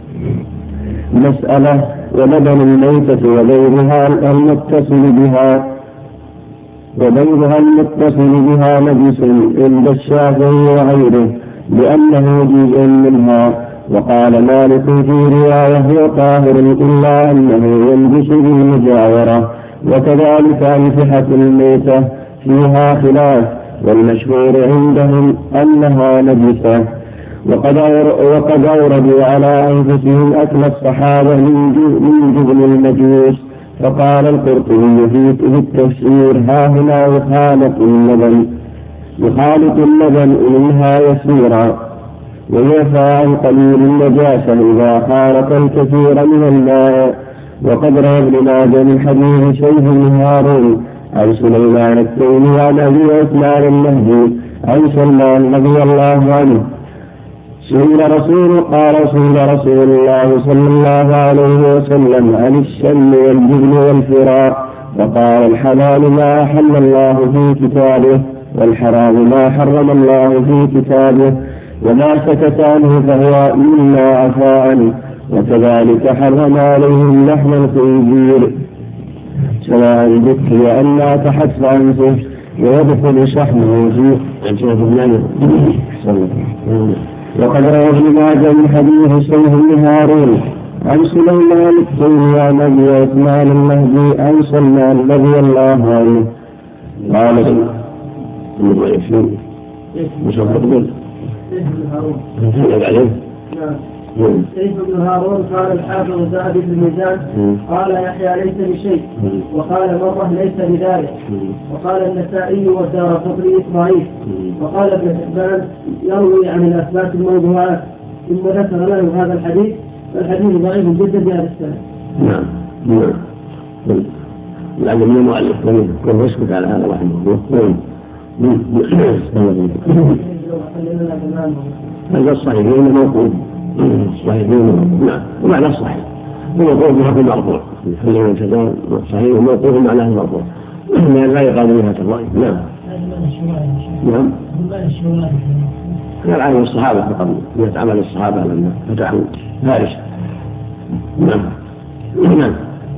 مسألة: ولبن الميتة وبيضها المتصل بها وبيضها المتصل بها نجس عند الشافعي وغيره لأنه جزء منها. وقال مالك في رواية هو طاهر إلا أنه ينجس بالمجاورة. وكذلك أنفحة الميتة فيها خلاف، والمشهور عندهم أنها نجسة. وقد وقد أوردوا على أنفسهم أكل الصحابة من جبن المجوس. فقال القرطبي في التفسير ها هنا يخالط اللبن يخالط اللبن منها يسيرا، ويعفى عن قليل النجاسة إذا خالط الكثير من الماء. وقد روى ابن ماجه من حديث شيخ بن هارون عن سليمان التيمي عن أبي عثمان النهدي عن سلمان رضي الله عنه سئل رسول قال سئل رسول الله صلى الله عليه وسلم عن الشم والجبن والفراء، فقال الحلال ما أحل الله في كتابه، والحرام ما حرم الله في كتابه، وما سكت عنه فهو مما عفى عنه. وكذلك حرم عليهم لحم الخنزير سواء ذكي أن لا تحت عنه ويدخل شحمه في وقد روى ابن ماجه من حديث شيخ بن هارون عن سليمان التيمي عن أبي عثمان النهدي عن سلمان رضي الله عنه قال سيف بن هارون قال الحافظ الذهبي في الميزان قال يحيى ليس بشيء، وقال مرة ليس بذلك، وقال النسائي والدارقطني ضعيف، وقال ابن حبان يروي عن الأثبات الموضوعات. ثم ذكر له هذا الحديث فالحديث ضعيف جدا بهذا السنة. نعم نعم لعل من المؤلف كن يسكت على هذا رحمه الله. هذا الصحيحين موقوف صحيحين نعم ومعنى الصحيح موقوف بحكم المرفوع خلينا نتكلم صحيح وموقوف معناه المرفوع لا يقال بها الرأي. نعم نعم كان عن الصحابة فقط يتعامل الصحابة لما فتحوا فارس. نعم نعم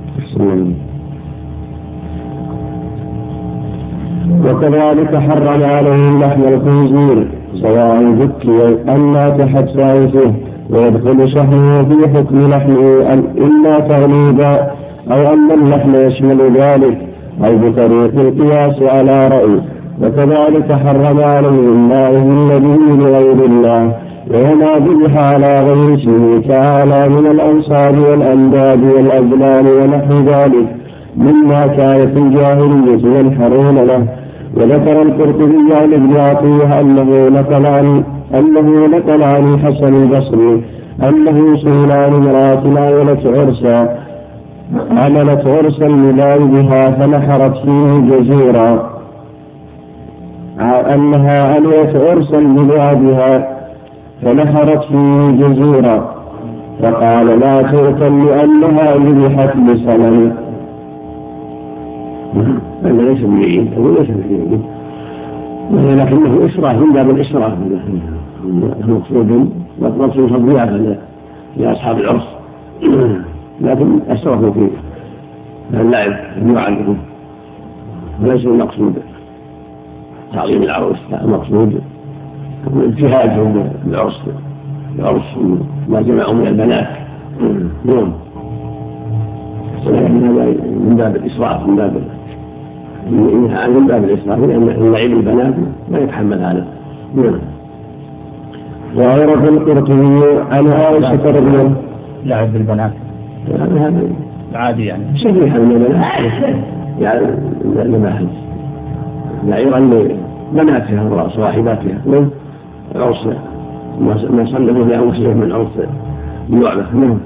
وكذلك حرم عليهم لحم الخنزير سواء ذكي أن لا تحت عنه ويدخل شحمه في حكم لحمه إلا تغليبا، أو أن اللحم يشمل ذلك أو بطريق القياس على رأي. وكذلك حرم عليهم ما أهل به لغير الله وما ذبح على غير اسمه تعالى من الأنصاب والأنداد والأزلام ونحو ذلك مما كانت الجاهلية ينحرون له. وذكر القرطبي عن ابن عطية أنه نقل عن أنه نقل عن الحسن البصري أنه سئل عن امرأة عملت عرسا عملت عرسا لبائها فنحرت فيه جزورا، أنها عملت عرسا لبائها فنحرت فيه جزورا، فقال لا تؤكل لأنها ذبحت بصنم. فإنه ليس بعيد أو ليس بعيد، ولكنه إسراف من باب الإسراف مقصود مقصود الضيافة لأصحاب العرس، لكن أسرفوا في اللعب يعلمون، وليس المقصود تعظيم العروس، المقصود اجتهادهم بالعرس العرس ما جمعوا من البنات. نعم، ولكن هذا من باب الإسراف، من باب من باب الإسراف، لأن اللعب البنات ما يتحمل هذا. نعم. وعرف القرطبي عن عائشة رضي الله عنها لعب بالبنات هذا عادي يعني شبيها من البنات يعني لماحل لعيرا لبناتها وصاحباتها من عرس ما صنفوا لأنفسهم من عرس اللعبة. نعم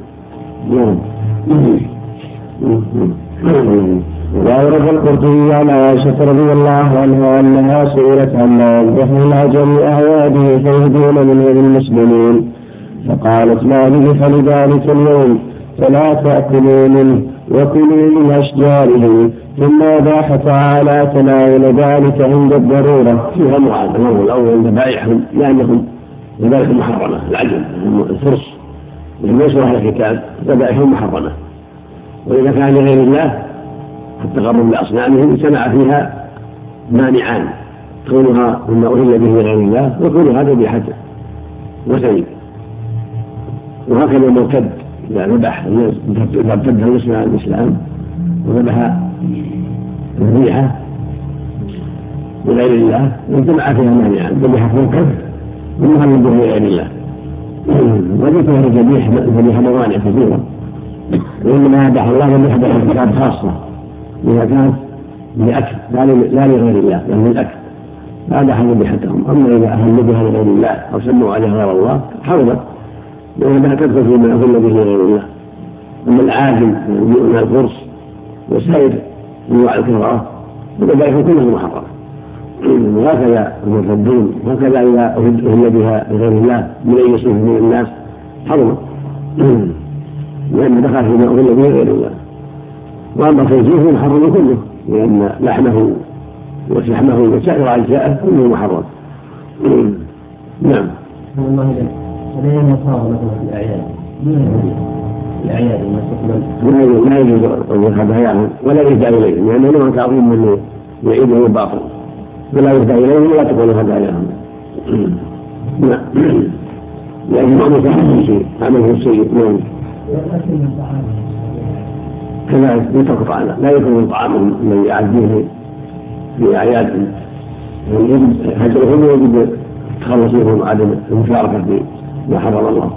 نعم. وعرف القرطبي عن عائشة رضي الله عنها أنها سئلت عما يذبح العجم أعواده فيهدون منه للمسلمين، فقالت ما ذبح لذلك اليوم فلا تأكلوا منه وكلوا من أشجاره، ثم أباح تعالى تناول ذلك عند الضرورة. فيها معادلة الأول ذبائحهم لأنهم ذبائح محرمة، العجم الفرس ليس على الكتاب ذبائحهم محرمة، وإذا كان لغير الله التقرب لأصنامهم اجتمع فيها مانعان، كونها مما أهل به لغير الله وكونها ذبيحة وثني. وهكذا المرتد إذا ذبح إذا ارتد المسلم عن الإسلام وذبح ذبيحة لغير الله اجتمع فيها مانعان، ذبيحة مرتد ومهل به لغير الله. وذكر الذبيحة ذبيحة موانع كثيرة، وإنما ذبح الله ذبيحة الكتاب خاصة إذا كانت لأكل لا لغير الله، لأن الأكل لا دخل ذبيحتهم. أما إذا أهل بها لغير الله أو سموا عليها غير الله حرمت، لأنها تدخل فيما أهل به لغير الله. أما العاجم من الفرس وسائر أنواع الكفرة فذبائحهم كلها محرمة. وهكذا المرتدون، وهكذا إذا أهل بها لغير الله من أي صنف من الناس حرمت، لأن دخل فيما أهل به لغير الله. وأما الخنزير محرم كله، لأن لحمه وشحمه وسائر أجزاءه كله محرم. نعم. الله إليك. وليه ما صار مثلا في الأعياد؟ الأعياد ما يجوز أن هذا ولا يهدى إليهم، لأنه نوع تعظيم من يعيده باطل، ولا يهدى إليهم ولا تقول هذا عليهم. نعم. لأن ما مصحف شيء عمله السيء. نعم. كذلك يترك طعامه، لا يكون طعامهم الذي يعديه في أعيادهم، يجب هجرهم ويجب التخلص منهم عدم المشاركة فيما حرم الله.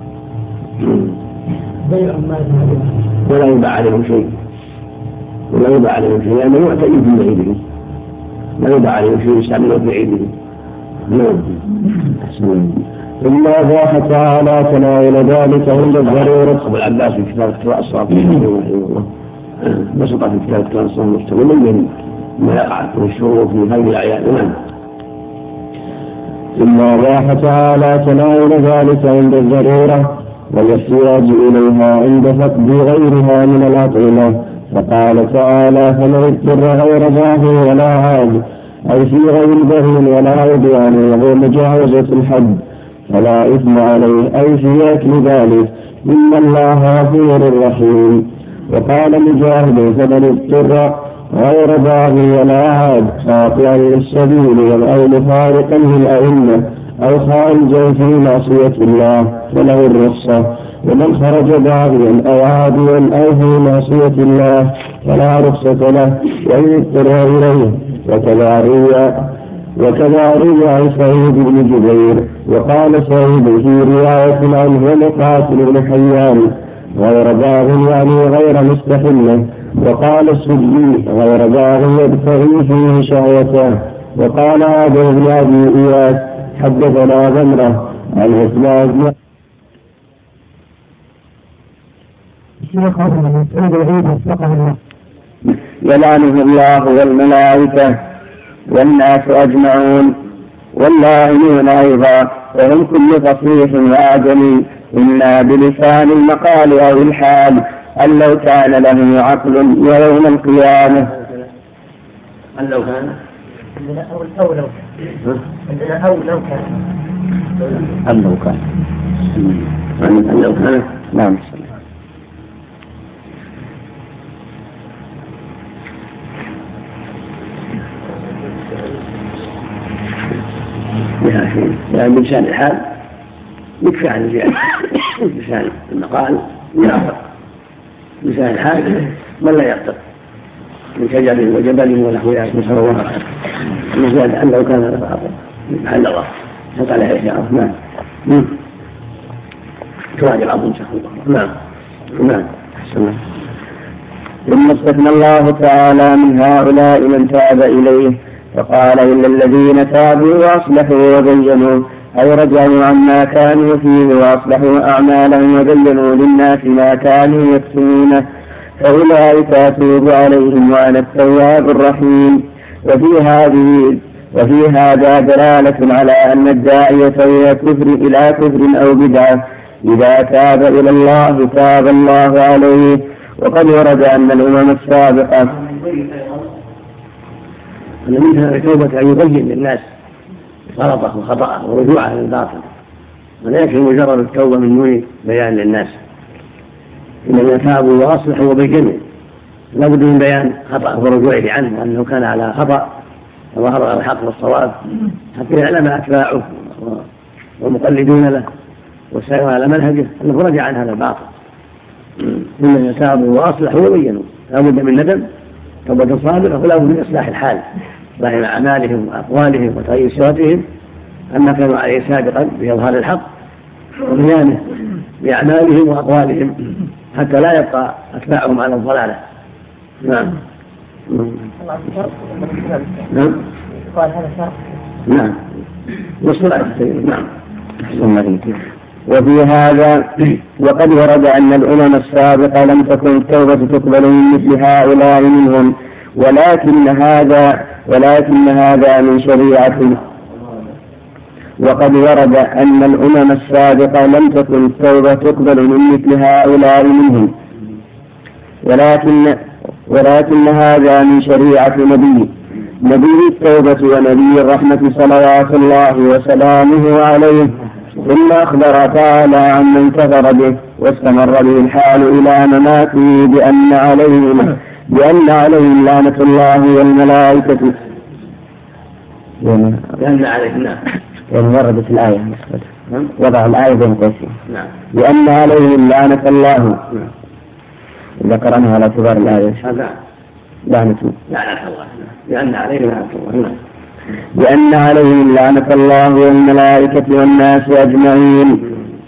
ولا يباع عليهم شيء، ولا يباع عليهم شيء لأنه يعتني في عيدهم، لا يباع عليهم شيء يستعملون في عيدهم. نعم. ثم أباح تعالى تناول ذلك عند الضرورة. أبو العباس في كتاب اقتراء الصلاة بسط في كتاب اقتراء الصلاة مستمر من ما يقع من الشروط في هذه الأعياد. نعم. ثم أباح تعالى تناول ذلك عند الضرورة والاحتياج إليها عند فقد غيرها من الأطعمة، فقال تعالى فمن اضطر غير باغ ولا عاد، أي في غير بغي ولا عدوان وغير مجاوزة الحد فلا إثم عليه، أي في أكل ذلك، إن الله غفور رحيم. وقال مجاهد فمن اضطر غير باغ ولا عاد قاطعا للسبيل أو مفارقا للأئمة أو خارجا في معصية الله فله الرخصة، ومن خرج باغيا أو عاديا أو في معصية الله فلا رخصة له وإن اضطر إليه. وكذا روى وكذا روى عن سعيد بن جبير وقال سعيد في رواية عنه ومقاتل بن حيان غير باغ يعني غير مستحله، وقال السدي غير باغ يبتغي فيه شهوته. وقال هذا ابن أبي إياس حدثنا غمرة عن عثمان بن يلعنه الله والملائكة والناس أجمعون واللاعنون أيضا، وهم كل فصيح وآدمي إلا بلسان المقال أو الحال أن لو كان له عقل ويوم القيامة أن لو كان عندنا أو أو لو كان عندنا أو لو كان أن لو كان أن لو كان نعم. يعني بلسان الحال يكفي عن الزيادة بلسان المقال يعتق بلسان الحال من لا يعتق من شجر وجبل ونحو ذلك نسأل الله العافية. الزيادة أن لو كان لفعل محل الله حتى عليه إشارة. نعم تراجع الأرض إن شاء الله. نعم نعم أحسن. ثم استثنى الله تعالى من هؤلاء من تاب إليه فقال إلا الذين تابوا وأصلحوا وبينوا أي رجعوا عما كانوا فيه وأصلحوا أعمالهم وبينوا للناس ما كانوا يكتمونه فأولئك أتوب عليهم وأنا التواب الرحيم. وفي هذه وفي هذا دلالة على أن الداعية إلى كفر إلى كفر أو بدعة إذا تاب إلى الله تاب الله عليه. وقد ورد أن الأمم السابقة أن منها التوبة أن يبين للناس غلطه وخطأه ورجوعه للباطل ولا يكفي مجرد التوبة من دون بيان للناس. إنما تابوا وأصلحوا وبينوا لا بد من بيان خطأه ورجوعه عنه وأنه كان على خطأ وظهر على الحق والصواب حتى يعلم أتباعه والمقلدون له والسائر على منهجه أنه رجع عن هذا الباطل. إنما تابوا وأصلحوا وبينوا لا بد من ندم توبة صادقة ولا بد من إصلاح الحال إصلاح أعمالهم وأقوالهم وتغيير صفاتهم أما كانوا عليه سابقا بإظهار الحق وبيانه بأعمالهم وأقوالهم حتى لا يبقى أتباعهم على الضلالة. نعم نعم قال هذا شرط نعم والصلاة نعم. وفي هذا وقد ورد أن الأمم السابقة لم تكن التوبة تقبل من مثل هؤلاء منهم ولكن هذا ولكن هذا من شريعة. وقد ورد أن الأمم السابقة لم تكن التوبة تقبل من مثل هؤلاء منهم ولكن ولكن هذا من شريعة نبي نبي التوبة ونبي الرحمة صلوات الله وسلامه عليه. ثم أخبر تعالى عن من كفر به واستمر به الحال إلى مماته بأن عليهم بأن عليهم لعنة الله والملائكة بأن عليهم يعني وردت الآية وضع الآية بين قوسين نعم بأن عليهم لعنة الله ذكر عنها على اعتبار الآية لعنة لعنة الله بأن عليهم لعنة الله بأن عليهم لعنة الله والملائكة والناس أجمعين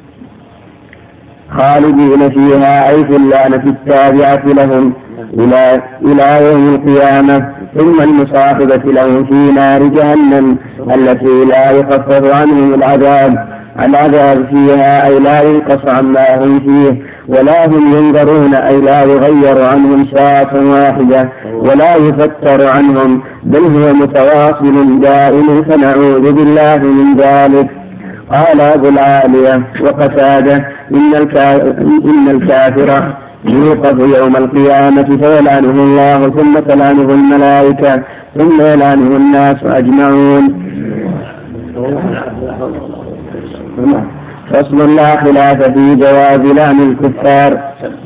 خالدين فيها أي في اللعنة التابعة لهم إلى إلى يوم القيامة. ثم المصاحبة لهم في نار جهنم التي لا يخفف عنهم العذاب العذاب فيها أي لا ينقص عما هم فيه ولا هم ينظرون أي لا يغير عنهم ساعة واحدة ولا يفتر عنهم بل هو متواصل دائم فنعوذ بالله من ذلك. قال أبو العالية وقتادة إن, إن الكافر يوقف يوم القيامة فيلعنه الله ثم تلعنه الملائكة ثم يلعنه الناس أجمعون. فصل لا خلاف في جواز لعن الكفار.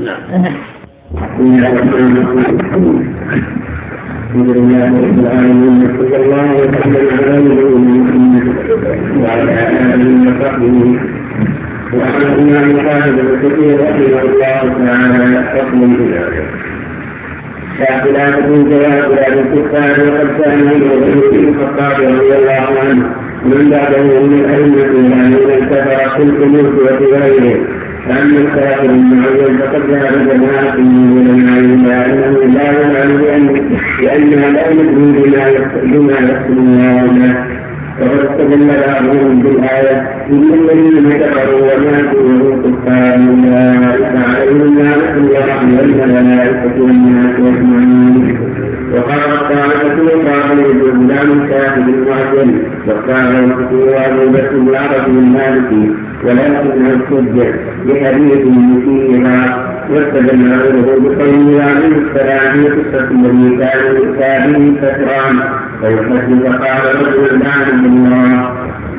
الحمد لله رب العالمين صلى الله وسلم على نبينا وعلى آله وصحبه وعن الإمام الحافظ الكثير رحمه الله تعالى حكم بذلك. لا خلاف في جواز لعن الكفار وقد كان ابن الخطاب رضي الله عنه من بعده من الأئمة الذين كفر في القلوب وغيرهم فأما الكافر المعين فقد ذهب جماعة من العلماء أنه لا يلعن لأنها لا يدري بما يحصل الله وقد استدل بعضهم بالآية إن الذين كفروا وماتوا وهم كفار أولئك عليهم لعنة الله والملائكة والناس أجمعين. وقال الطائفة وقال يجوز لعن الكافر المعين وقال الكفر أبو بكر العربي المالكي ولكنه الحجة بحديث فيها واستدل غيره بقوله عليه السلام في قصة الذي كان يؤتى فتران فيحدث فقال رجل لعنه الله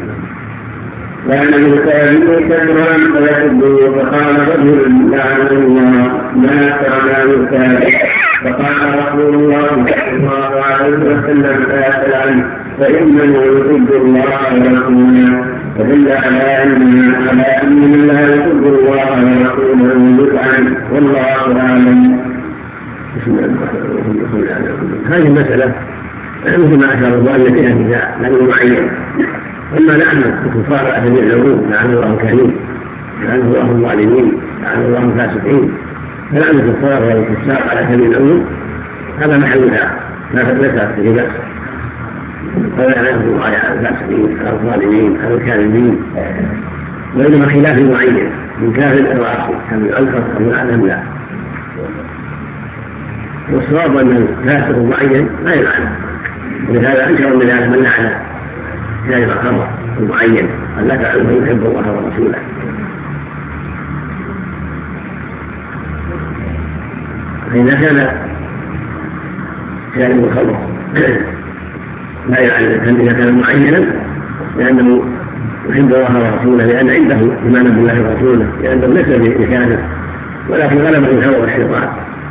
كان يؤتى فتران فيحدث فقال رجل لعنه الله ما أكثر ما يؤتى فقال رسول الله صلى الله عليه وسلم لا تلعن فإنه يحب الله ورسوله فدل على أن على أن الله يحب الله ورسوله يلعن والله أعلم. هذه المسألة مثل ما أشار المؤلف إلى النساء لأنه معين. أما لعن الكفار أهل العلوم لعن الله الكريم لعن الله الظالمين لعن الله الفاسقين فلعن الكفار والفساق على سبيل العلوم هذا محلها لا ليس فيه بأس. فلا يكون على الفاسقين على الظالمين على الكاذبين وإنما خلاف معين من كافر أو عاصي كان يعذر أو يعلم لا. والصواب أن الفاسق معين لا يلعن ولهذا أنكر من ذلك من لعن شارب الخمر المعين أن لا تعلم يحب الله ورسوله. فإذا كان شارب الخمر لا يعلم إذا كان معينا لأنه يحب الله ورسوله لأن عنده إيمانا بالله ورسوله لأنه ليس بكافر ولكن غلبه الهوى والشيطان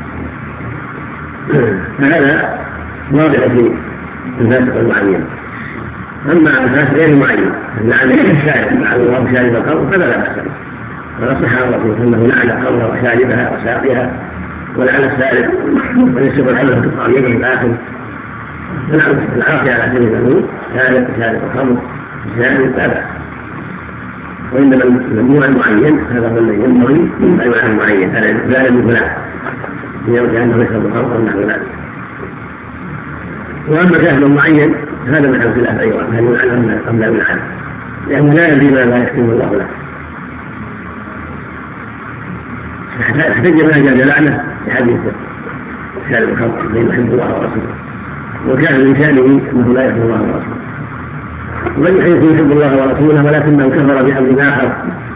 فهذا واضح في الفاسق المعين. أما الفاسق غير معين لعن الشارب لعن الله شارب الخمر فلا بأس به وقد صح عن الرسول أنه لعن الخمر وشاربها وساقيها ولعن السارق وليس بالعلم تقطع يده الآخر فلعن العاصي على سبيل العلوم شارب شارب الخمر شارب لا بأس. وإنما الممنوع المعين هذا هو الذي ينبغي أن يعلم المعين هذا لا من فلان لأنه يشرب الخمر ونحو ذلك. وأما كافر معين هذا محل خلاف أيضا هل يلعن أم لا يلعن لأنه لا يدري ما لا يحكم الله له. احتج ما جاز لعنه في حديث شارب الخمر الذي يحب الله ورسوله وكان من شأنه أنه لا يحب الله ورسوله ومن حيث يحب الله ورسوله ولكنه كفر بأمر آخر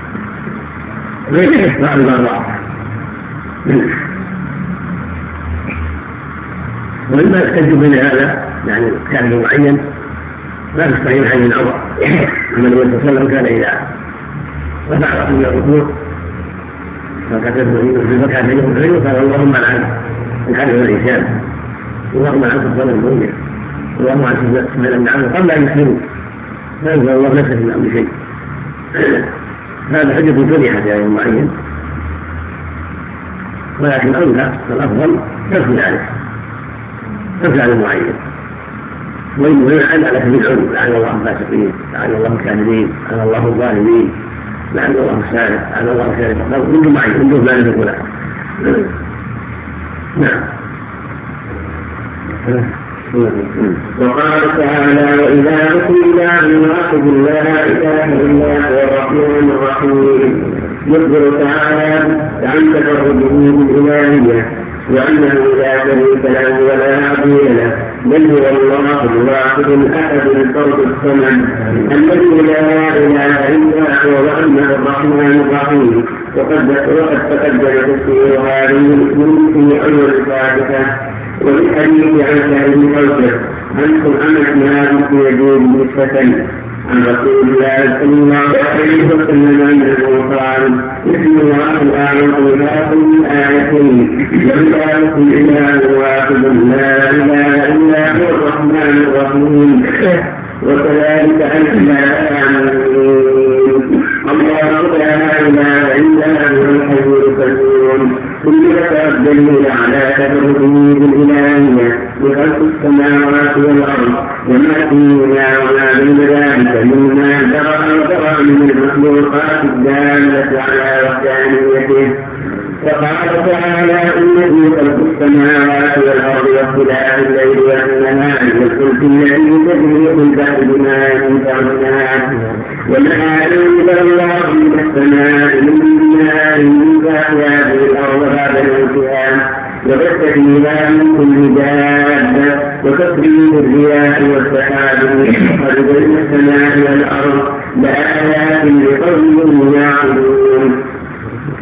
غير بعض الأضرار. وإما يحتج بين هذا يعني كان معين لا تستحيل حي الأمر أما النبي صلى الله عليه وسلم كان إذا رفع رأسه من الركوع فكتبه في المكان يقول قال اللهم لعن الحدث والإنسان اللهم لعن الظلم المؤمن اللهم لعن سبحانه لعنه قبل أن يسلموا فأنزل الله نفسه من أمر شيء. هذا حجة صريحة في أمر معين ولكن أولى الأفضل ترك ذلك ترك عن المعين وإنه يلعن على سبيل العلم لعن الله الفاسقين لعن الله الكاذبين لعن الله الظالمين لعن الله السارق لعن الله السارق كل معين من دون ذلك الغلام. نعم. وقال تعالى وإذا قيل أن نعبد لا إله إلا هو الرحمن الرحيم يخبر تعالى عن تفرده بالإلهية وأنه لا شريك له ولا عظيم له بل هو الله الواحد الأحد الفرد الصمد الذي لا إله إلا هو وأنه الرحمن الرحيم. وقد تقدم تفسير هذه الاسم في أول الفاتحة والحديث عن سائر الكوكب عنكم أمتنا في يجوز نسبة عن رسول الله صلى الله عليه وسلم أنه قال بسم الله الأعظم لكم آيتين وإلهكم إله واحد لا إله إلا هو الرحمن الرحيم وكذلك أنزلنا الله لا إله إلا هو الحي القيوم كلها الدليل على تفرده بالإلهية بخلق السماوات والأرض وما فيهما وما بين ذلك مما ترى وترى من المخلوقات الدالة على وحدانيته. فقال تعالى إن في خلق السماوات والأرض واختلاف الليل والنهار والفلك الذي تجري في البحر بما ينفع الناس وما أنزل الله من السماء من ماء فأحيا به الأرض بعد موتها وبث فيها من كل دابة وتسريب الرياح والسحاب والقرب بين السماء والأرض لآيات لقوم يعقلون.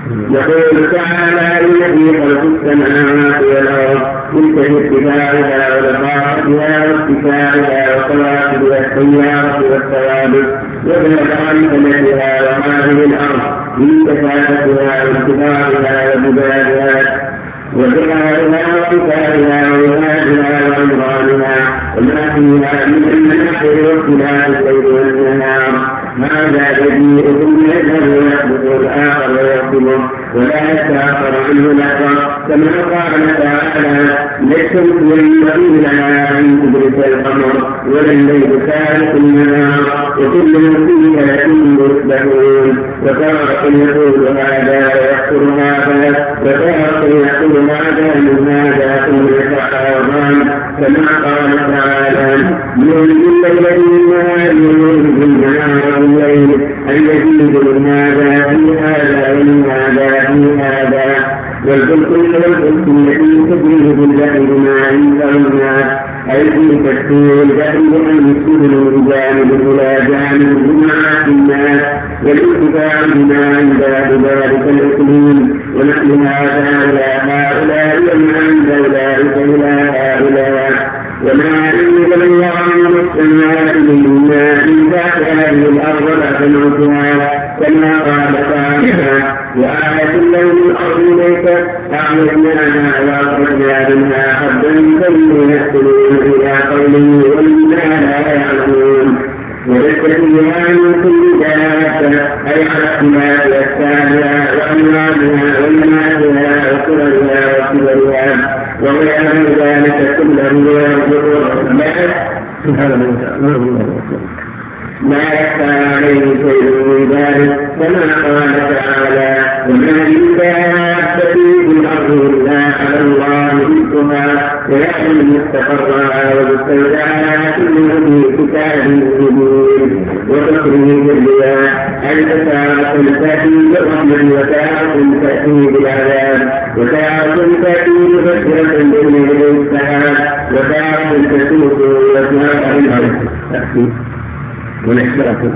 يقول تعالى الذي خلق السماوات والأرض ينتهي اتباعها ولقاءها واتباعها وقواعدها السيارة والثوابت وذهب عن سنتها وهذه الأرض من كثافتها واتباعها وبلادها وذكرها وقتالها وولادها وعمرانها وما فيها من المناحر واختلاف الليل والنهار هذا يجيء ثم يذهب ويحدث الآخر ويحكمه ولا يتأخر عنه الأخر كما قال تعالى للشمس ينبغي لها أن تدرك القمر ولا الليل سابق النهار وكل فيه لكن يصبحون وتارة يقول هذا ويذكر هذا وتارة يقول هذا من هذا ثم يتعاظم كما قال تعالى يولد الليل بالنهار ويولد النهار بالليل أن يزيد من هذا في هذا ومن هذا في هذا والفلك والفلك التي تجري بالبحر بما عنده الناس أي في تكثير البحر بأن يسكن من جانب إلى جانب بمعاش الناس والانتفاع بما عند ذلك الإقليم ونحن هذا إلى هؤلاء وما عند أولئك إلى هؤلاء وما أنزل الله من السماء من ماء ذات هذه الأرض بعد موتها كما قال تعالى وآية اللون الأرض ليس أعلمناها وأخرجنا منها حبا فإن يأكلون إلى قوله وإنا لا يعلمون ويستفيها من كل دابة أي على اختلاف أشكالها وأنواعها ومناعها وكبرها وكبرها وغير ذلك كله يرجع سبحانه وتعالى لا يخفى عليه شيء من ذلك كما قال تعالى وما من دابة في الأرض إلا على الله رزقها ويعلم مستقرها ومستودعها كله في كتاب مبين وتخريج الرياح أي تارة تأتي بالرحمة وتارة تأتي بالعذاب وتارة تأتي مبشرة بإذن السحاب وتارة تسوق وتارة الأرض ونحشركم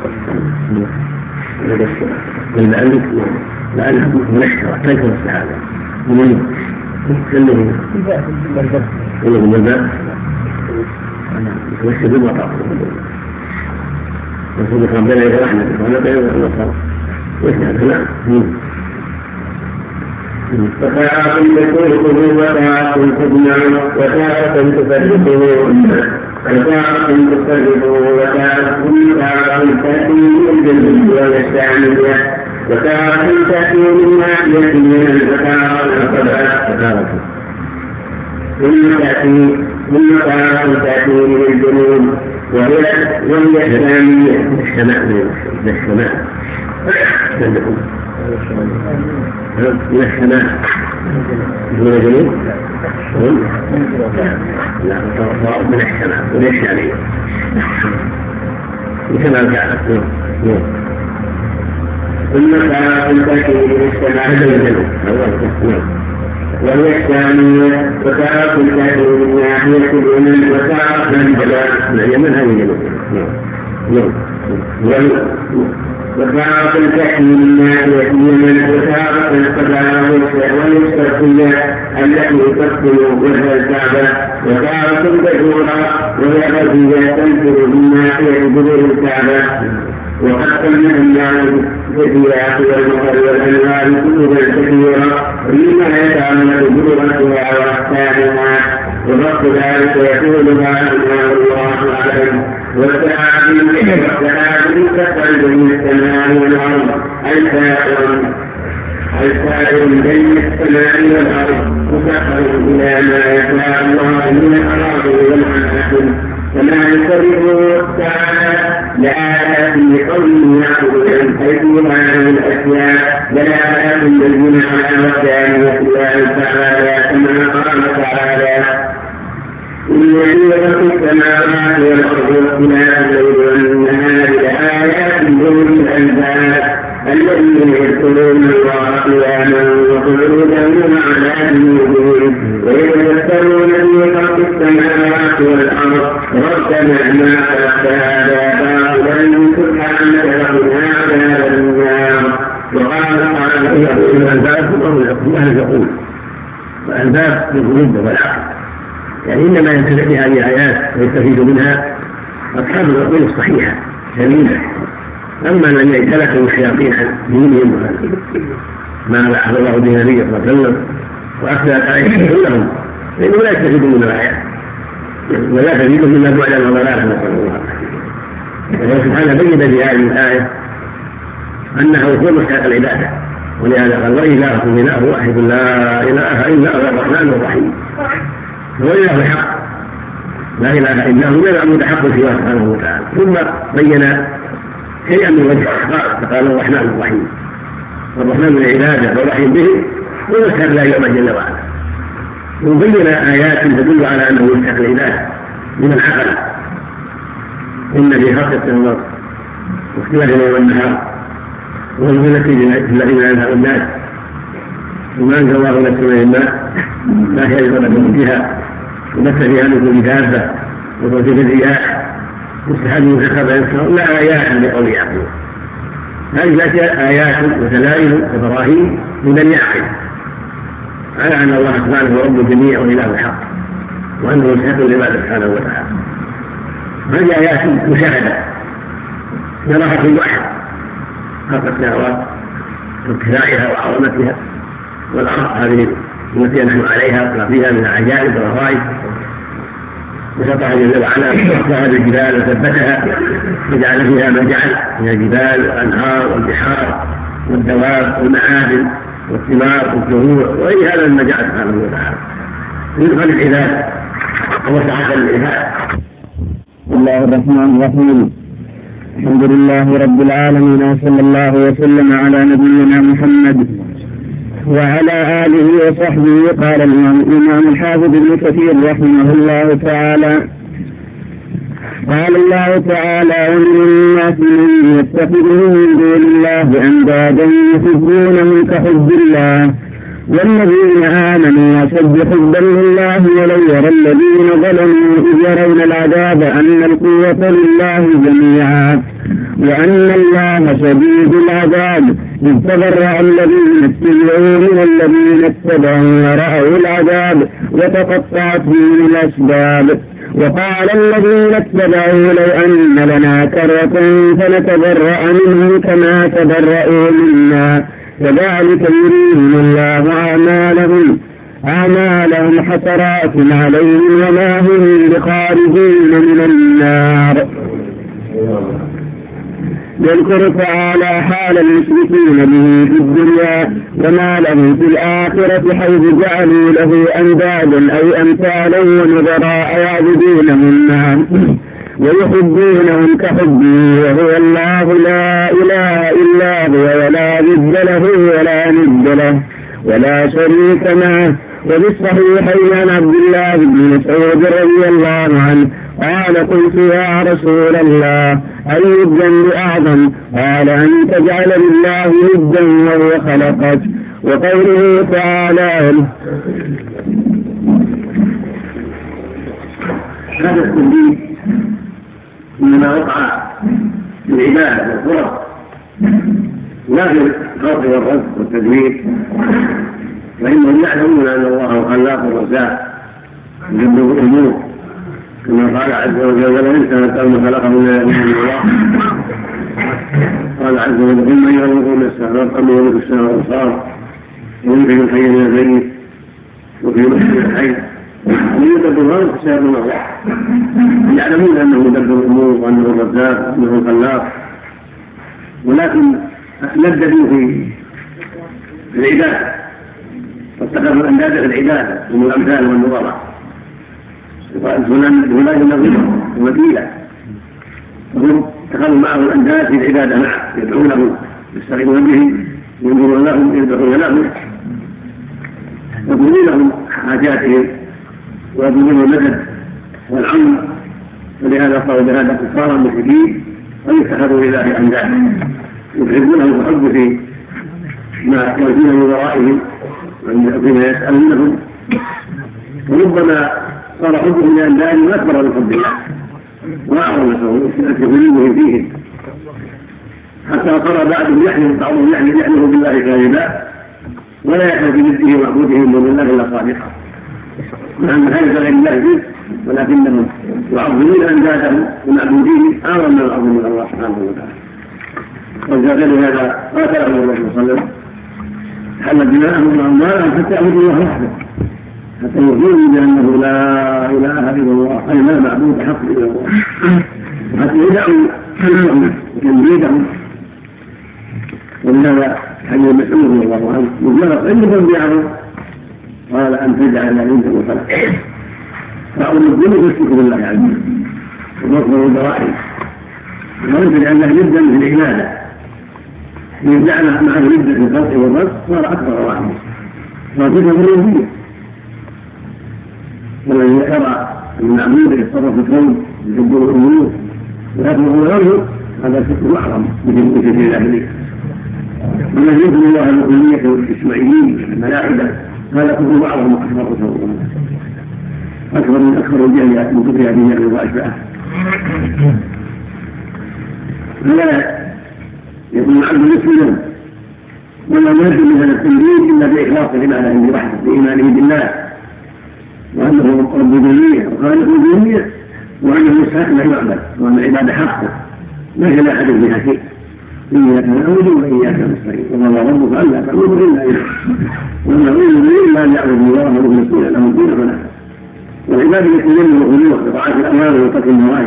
لعلك لعلك منحشرة كيف السعادة من كله كله ماذا يتوسد المطر يقول لك ربنا إذا رحمة وأنا بين المطر ويسأل لا فتاعة تكون وتاعة تجمع وتاعة تفرقون وتاعة تفرقون وتاعة تأتي من الجنة والشامية وتاعة تأتي من ناحية من وتاعة ثم تأتي ثم تاعة تأتي من الجنوب وهي وهي الشامية السماء من السماء من السماء من الجنوب لا من السماء من الشامية كما كانت ثم كانت تأتي من السماء من الجنوب وهي الشامية وكانت تأتي من ناحية اليمن وكانت من اليمن هذه اليمن وتارة تأتي من ناحية اليمن وتارة القبلة والشرقية التي تقتل وجه الكعبة وتارة تجورها وهي التي تنفر من ناحية جبل الكعبة وقد سمى الله بالرياح والمطر والأنهار كتبا كثيرة فيما يتعلق بلغتها وأحكامها وضبط ذلك يقولها الله أعلم والتعامل تخرج من السماء والأرض السائر السائر بين السماء والأرض مسخر إلى ما يشاء الله من الأراضي والأنعام كما يصرفه تعالى لآيات لقوم يعبدون حيث هذه الأشياء دلالات بين على وحدانية الله تعالى كما قال تعالى إن في خلق السماوات والأرض واختلاف الليل والنهار لآيات لأولي الألباب الذين يذكرون الله قياما وقعودا وعلى جنوبهم ويتذكرون في خلق السماوات والأرض ربنا ما خلقت هذا باطلا سبحانك وقنا عذاب النار وقال تعالى الألباب هم أهل العقول والألباب للقلوب والعقل، يعني إنما ينتفع بهذه الآيات ويستفيد منها أصحاب العقول الصحيحة سليمة. أما الذين اجتلكوا الشياطين عن دينهم ما أحد الله به النبي صلى الله عليه وسلم وأخذ الآيات كلهم فإنه لا يستفيد من الآيات ولا تزيد مما بعد وضلالا، نسأل الله. الله سبحانه بين بهذه الآية أنه هو مستحق العبادة، ولهذا قال وإلهكم إله واحد لا إله إلا هو الرحمن الرحيم، هو إله الحق لا إله إلا هو غير المتحق سواه سبحانه وتعالى. ثم بين شيئا من وجه فقال الرحمن الرحيم، والرحمن بالعبادة والرحيم به ومسهر لا يؤمن جل وعلا. وبين آيات تدل على أنه مستحق العبادة من العقل، إن في خلق السماوات واختلاف الليل والنهار والفلك الذين ينهى الناس وما أنزل الله من السماء الماء لا شيء لكم فيها وبث فيها من كل دابة وصوت الرياح والسحاب المسخر يسخر لا آيات لقوم يعقلون. هذه الأشياء آيات ودلائل وبراهين لمن يعقل على أن الله سبحانه هو رب الجميع وإله الحق وأنه مستحق للعبادة سبحانه وتعالى. هذه آيات مشاهدة يراها كل أحد، خلق السماوات وابتدائها وعظمتها والأرض هذه التي نحن عليها وما فيها من العجائب والغرائب، وسطها جل وعلا وسطها بالجبال وثبتها وجعل فيها ما جعل من الجبال والأنهار والبحار والدواب والمعادن والثمار والزروع وغير هذا مما جعل سبحانه وتعالى يدخل العباد وسعة العباد. بسم الله الرحمن الرحيم. الحمد لله رب العالمين وصلى الله وسلم على نبينا محمد وعلى آله وصحبه. قال الإمام الحافظ ابن كثير رحمه الله تعالى قال الله تعالى ومن الناس من يتخذه من دون الله أندادا يحبونهم كحب الله والذين آمنوا أشد حبا لله ولو يرى الذين ظلموا إذ يرون العذاب أن القوة لله جميعا وأن الله شديد العذاب إذ تبرأ الذين اتبعوا من الذين اتبعوا ورأوا العذاب وتقطعت بهم الأسباب. وقال الذين اتبعوا لو أن لنا كرة فنتبرأ منهم كما تبرأوا منا كذلك يريهم الله أعمالهم أعمالهم حسرات عليهم وما هم بخارجين من النار. يذكر تعالى حال المشركين به في الدنيا وما لهم في الآخرة حيث جعلوا له أندادا أو أمثالا ونظراء يعبدونهم معا ويحبونهم كحبه وهو الله لا إله إلا هو ولا ضد له ولا ند له ولا شريك معه. وبالصحيحين عن عبد الله بن مسعود رضي الله عنه قال قلت يا رسول الله أي الذنب أعظم؟ قال أن تجعل لله ندا وهو خلقك. وقوله تعالى هذا التنبيه إنما وقع في العبادة والقرب لا في الخلق والرزق والتدبير، فإنهم يعلمون أن الله خلاق الرزاق يدبر الأمور كما قال عز وجل والإنسان كما خلقه من الله. قال عز وجل ثم ينظر من السماء قبل يملك السماء والأبصار ويخرج الحي من الميت وفي مسجد الحي ويدبر الأمور حساب الله. يعلمون أنه يدبر الأمور وأنه الرزاق وأنه الخلاق، ولكن لددوا في العبادة واتخذوا الأنداد في العبادة من الأمثال والنظراء فلان النظيرة ومثيلة، وهم اتخذوا معه الأنداد في العبادة معه يدعونه يستغيثون به ينظرون لهم يدعون لهم يطلبون لهم حاجاتهم ويطلبون المدد والعون. ولهذا قالوا بهذا كفارا مشركين ويتخذوا لله أنداد يحبونه وحب في ما يأتون من ورائهم فيما يسألونهم، وربما صار حبهم لأندادهم أكبر من حب الله وأعظم في قلوبهم فيهم. حتى صار بعضهم يحلف بعضهم يحلف يحلف بالله كاذبا ولا يحلف بجده ومعبوده من الله الا صادقا، مع ان حلف غير الله به ولكنهم يعظمون اندادهم ومعبودين اعظم من العظم من الله سبحانه وتعالى. وجاء لهذا قاتلهم الرسول صلى الله عليه وسلم حل دماءهم واموالهم حتى يعبدوا الله وحده، حتى يؤمنوا بانه لا اله الا الله اي لا معبود حق الا الله، حتى يدعوا حلمهم وتنبيذهم. ولهذا حديث مسعود رضي الله عنه مجرد انهم بيعهم قال ان تجعل عندك وفلك فاول الظلم يشرك بالله عز وجل ومصدر الضرائب وانت لانه جدا في العباده من جعل معه جدا في الخلق والرزق صار اكبر واحد صار جدا في الربوبيه. ومن يرى المعبود يتصرف في الكون يدبر الامور ويأمر غيره هذا شرك اعظم من شرك الاهليه. ومن يؤمن الله المؤمنين والاسماعيليين الملاحده هذا كفر اعظم واكبر كفر اكبر من اكبر الجهل من كفر ابي واشباهه. فلا يكون العبد مسلما ولا يرجو من هذا التنبيه الا باخلاص العباده برحمه بايمانه بالله وانه رب الجميع وخالق الجميع وانه يستحق لا يعبد وان العباده حقه ليس لاحد بها شيء. إياك نعبد وإياك نستعين وقال ربك ألا تعبدوا إلا إياه وما أريد إلا أن يعبدوا الله مخلصين له الدين حنفاء. والعبادة يتجلى الخضوع بطاعة الأوامر وترك النواهي.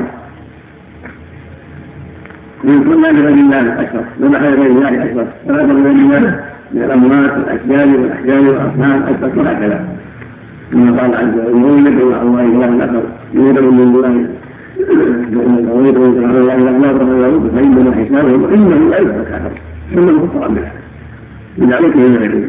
من كل غير الله أشرك ذبح غير الله أشرك فلا غير الله من الأموات والأشجار والأحجار والأصنام أشرك وهكذا. كما قال عز وجل يدعو مع الله إلها آخر يدعو من الله ويدعو على الله إلى الله فإنما حسابه وإنه لا يفعل كافر ثم الكفر منه لذلك هي غيره.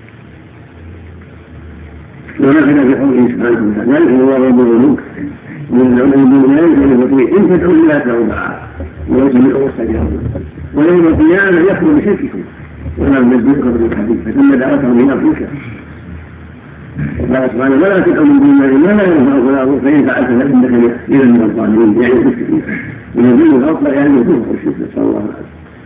ونحن في قوله سبحانه وتعالى ذلك هو رب الملوك ومن دون ذلك فليطيع إن تدعوا لا تعودها ويسمعوا السجاد ويوم القيامة يخلو بشرككم ولا ننبئكم بالحديث فتم دعوتهم إلى فيك. قال سبحانه ولا تدعوا من دون الله ما لا ينفعك ولا يضرك فإن فعلت فإنك إذا من الظالمين يعني تشرك فيه ونزول الأصل يعني يكون الشرك صلى الله عليه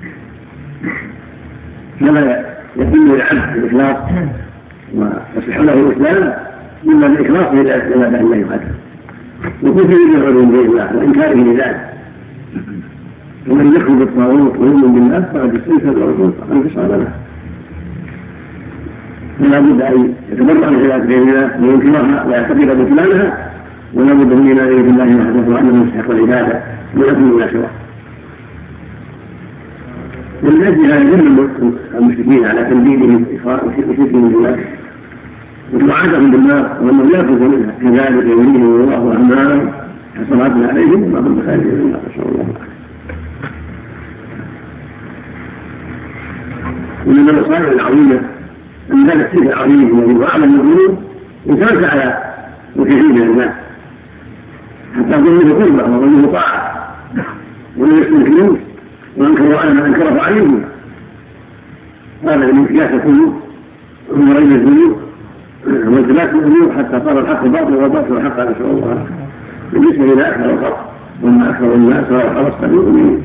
وسلم. كما يتم العبد الإخلاص ويصح له الإسلام إما الإخلاص للعبادة الله وحده وكفر بالعلوم بين الله وإنكاره لذلك. ومن يكفر بالطاغوت ويؤمن بالله فقد استيقظ الرسول فقد انتصر له. فلا بد ان يتبرع من خلاف غير الله وينكرها ويعتقد بطلانها ولا بد من ايمان بالله وحده وانه يستحق العباده ويكون ما سواه. ومن اجل هذا يذم المشركين على تنبيههم وشركهم بالله وتوعدهم بالنار وانه لا يخرج منها كذلك يريهم الله اعمالهم حسرات عليهم وما هم بخارج من النار نسال الله العافيه. ومن المصائب العظيمه أن هذا السلك العظيم الذي هو أعلى من الذنوب يتوسع على كثير من الناس حتى ظنه قربة وظنه طاعة ولا يسلك الفلوس وأنكروا على ما أنكره عليهم. هذا من قياس القلوب ومن رجل الذنوب والتباس الأمور حتى صار الحق باطل والباطل حقا نسأل الله. بالنسبة إلى أكثر الخلق وما أكثر الناس صار خلصت المؤمنين.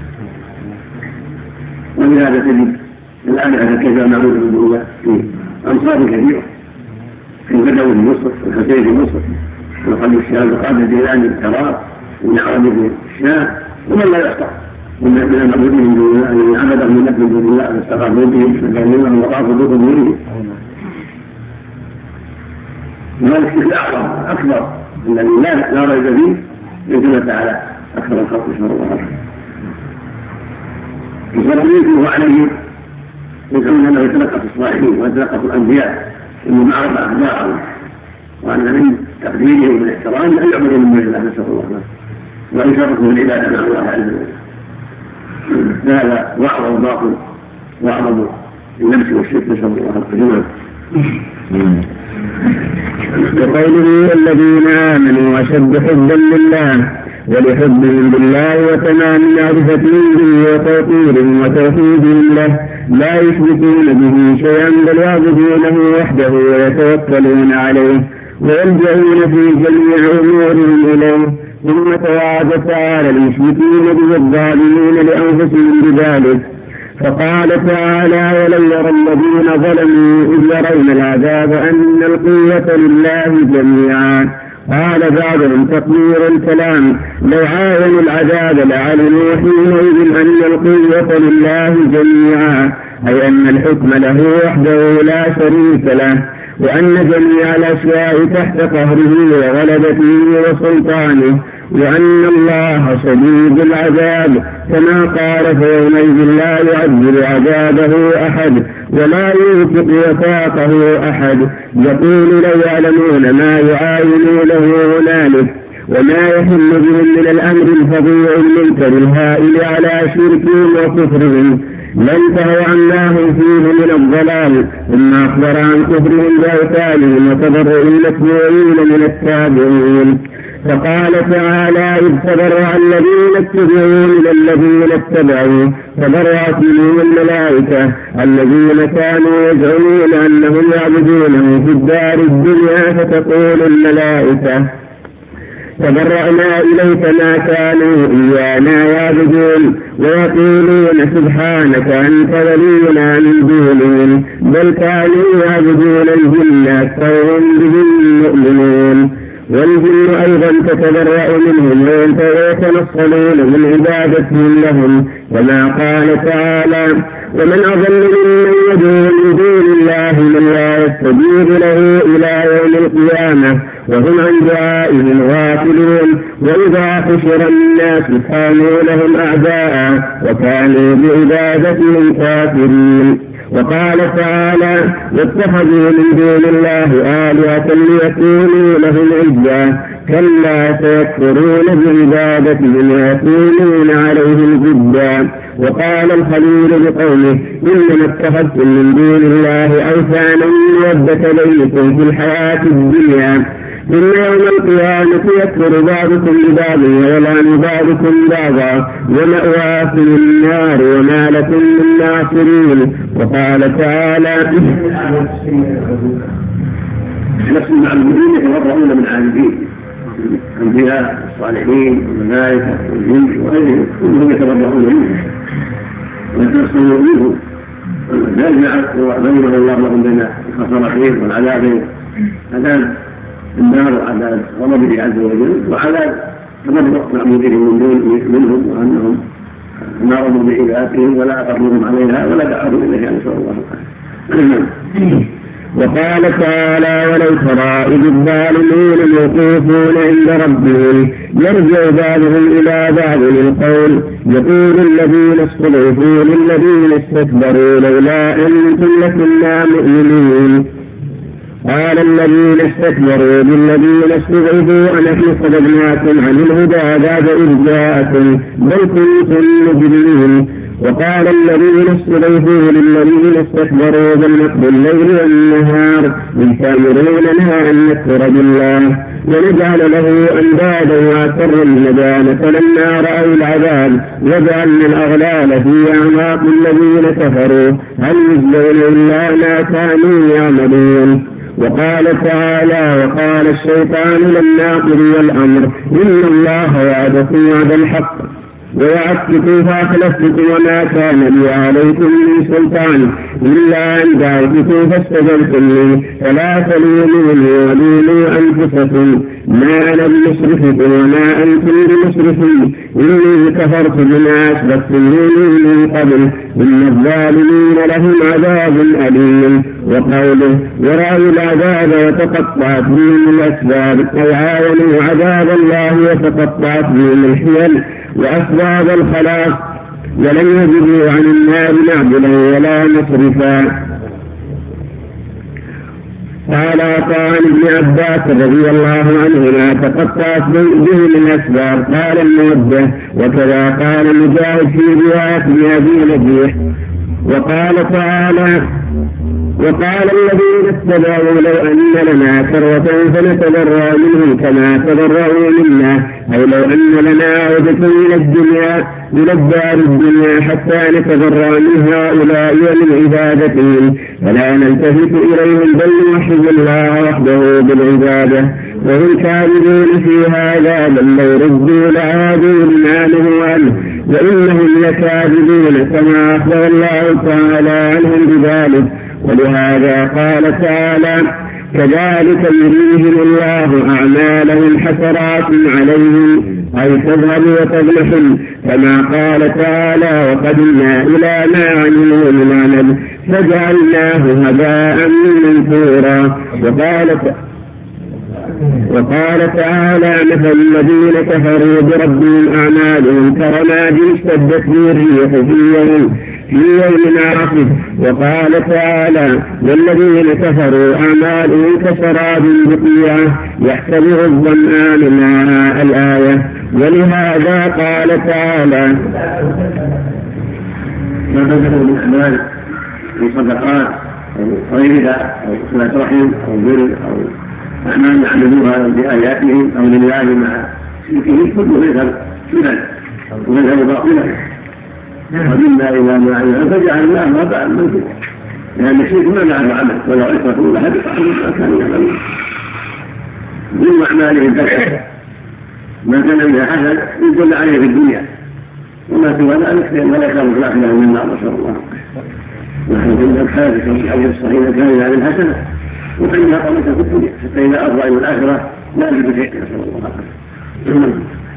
ولهذا تجد الآن على كيف نعود من الله في أمصار كثيرة البدوي في مصر والحسين في مصر وقبل الشام وقبل الجيلاني العراق والعربي في الشام ومن لا يستطيع من المعبودين من دون الله الذين عبدوا من نفس دون الله فاستغاثوا بهم فكانوا وقافوا بقبورهم. وهذا الشرك الأعظم أكبر الذي لا لا ريب فيه يدل على أكثر الخلق نسأل الله العافية. وصلى عليه يقولون انه يتلقف الصالحين ويتلقف الانبياء انه عرف اخبارهم وان من تقديرهم والاحترام ان يعبدوا من دون الله نسال الله العافيه وان يشركوا بالعباده مع الله عز وجل. هذا واعظم باطل واعظم النفس والشرك نسال الله العافيه. وقوله الذين امنوا اشد حبا لله ولحبهم بالله وتمام معرفتهم به وتوقيرهم وتوحيدهم له لا يشركون به شيئا بل يعبدونه وحده ويتوكلون عليه ويلجؤون في جميع امورهم اليه. ثم توعد تعالى المشركين به الظالمين لانفسهم بذلك فقال تعالى: ولو يرى الذين ظلموا إذ يرون العذاب أن القوة لله جميعا. قال بعضهم تقدير الكلام: لو عاونوا العذاب لعلموا حينئذ أن القوة لله جميعا، أي أن الحكم له وحده لا شريك له، وأن جميع الأشياء تحت قهره وغلبته وسلطانه، وأن الله شديد العذاب، كما قال: فيومئذ لا يعذب عذابه أحد ولا يوثق وثاقه أحد. يقول: لو يعلمون ما يعاينونه هنالك وما يحل بهم من الأمر الفظيع المنكر الهائل على شركهم وكفرهم لانتهوا عما هم فيه من الضلال، ثم أخبر عن كفرهم بأوثانهم وتبرؤ المتبوعين من التابعين. فقال تعالى: إذ تبرأ الذين اتبعوا من الذين اتبعوا، تبرأت منهم الملائكة الذين كانوا يزعمون أنهم يعبدونه في الدار الدنيا، فتقول الملائكة: تبرأنا إليك ما كانوا إيانا يعبدون، ويقولون: سبحانك أنت ولينا من دونهم، بل كانوا يعبدون الجن أكثرهم بهم مؤمنون. والجن أيضا تتبرأ منهم ويتنصلون من عبادتهم لهم، كما قال تعالى: ومن أضل ممن يدعو من دون الله من لا يستجيب له إلى يوم القيامة وهم عن دعائهم غافلون. وإذا حشر الناس كانوا لهم أعداء وكانوا بعبادتهم كافرين. وقال تعالى: واتخذوا من دون الله آلهة ليكونوا لهم عزا، كلا سيكفرون بعبادتهم ويكونون عليهم ضدا. وقال الخليل لقومه: إنما اتخذتم من دون الله أوثانا مودة بينكم في الحياة الدنيا، إن يوم القيامة يكفر بعضكم ببعض ويلعن بعضكم بعضا ومأواكم النار وما لكم من ناصرين. وقال تعالى: نفس المعبودين يتبرؤون من عابدين، الأنبياء الصالحين والملائكة والجن وغيرهم كلهم يتبرؤون منهم ويتنصرون منهم، ذلك بينه الله لهم بين الخسرتين والعذابين، عذاب النار وعذاب غضبه عز وجل، وعذاب تبرؤ معبودين من دون منهم وأنهم نارهم بعبادتهم ولا أقرهم عليها ولا دعوا إليها، نسأل الله تعالى. وقال تعالى: ولو ترى إذ الظالمون موقوفون عند ربهم يرجع بعضهم إلى بعض القول، يقول الذين استضعفوا للذين استكبروا لولا أنتم لكنا مؤمنين. قال الذين استكبروا للذين استضعفوا أنحن صددناكم عن الهدى بعد إذ جاءكم بل كنتم مجرمين. وقال الذين استضعفوا للذين استكبروا بل نكفر الليل والنهار إذ تأمروننا أن نكفر بالله ونجعل له أندادا وأسروا الندامة فلما رأوا العذاب وجعلنا الأغلال في أعناق الذين كفروا هل يجزون إلا ما كانوا يعملون. وقال تعالى: وقال الشيطان لما قضي الأمر إن الله وعدكم وعد الحق ووعدتكم فأخلفتكم وما كان لي عليكم من سلطان إلا أن دعوتكم فاستجبتم لي فلا تلوموني ولوموا أنفسكم ما أنا بمصرخكم وما أنتم بمصرخي إني كفرت بما أشركتموني من قبل إن الظالمين لهم عذاب أليم. وقوله: ورأوا العذاب وتقطعت بهم الأسباب، أي عاونوا عذاب الله وتقطعت بهم الحيل وأسباب الخلاص ولم يجدوا عن النار معبدا ولا مصرفا. قال عطاء بن عباس رضي الله عنهما: تقطعت بهم الأسباب. قال الموجه: وكذا قال مجاهد في رواية أبي نجيح. وقال تعالى: وقال الذين اتبعوا لو أن لنا كرة فنتبرأ منهم كما تبرأوا منا، أي لو أن لنا عودة إلى الدنيا إلى الدار الدنيا حتى نتبرأ من هؤلاء ومن عبادتهم فلا نلتفت إليهم بل نوحد الله وحده بالعبادة وهم كاذبون في هذا بل لو ردوا لعادوا لما نهوا عنه وإنهم لكاذبون كما أخبر الله تعالى عنهم بذلك. ولهذا قال تعالى كذلك يريهم الله أعمالهم حسرات عليهم أي تذهب وتضمحل كما قال تعالى وقدمنا إلى ما عملوا من عمل فجعلناه هباء منثورا. وقال وقال تعالى مثل الذين كفروا بربهم أعمالهم كرماد اشتدت به الريح في يوم في يوم عاصف. وقال تعالى والذين كفروا أعمالهم كسراب بقيعة يحسبه الظمآن ماء الآية. ولهذا قال تعالى ما بذلوا من أعمال في صدقات أو غيرها أو صلة رحم أو بر أو أعمال يعملوها بآياتهم أو لله مع شركهم كله يذهب سنن ويذهب باطلا ومنا إلى ما عمل فجعلناه هباء منثورا لأن الشرك ما له عمل ولو أشركوا لحبط عنهم ما كانوا يعملون من أعمالهم فكر ما كان منها حسن يدل عليه في الدنيا وما سوى ذلك ولا كانوا في الآخرة من النار نسأل الله. نحن كنا الحادث في الحديث الصحيح كان عن الحسنة وكانها قامت في الدنيا حتى إذا أفضى إلى الآخرة لا يجب شيء نسأل الله.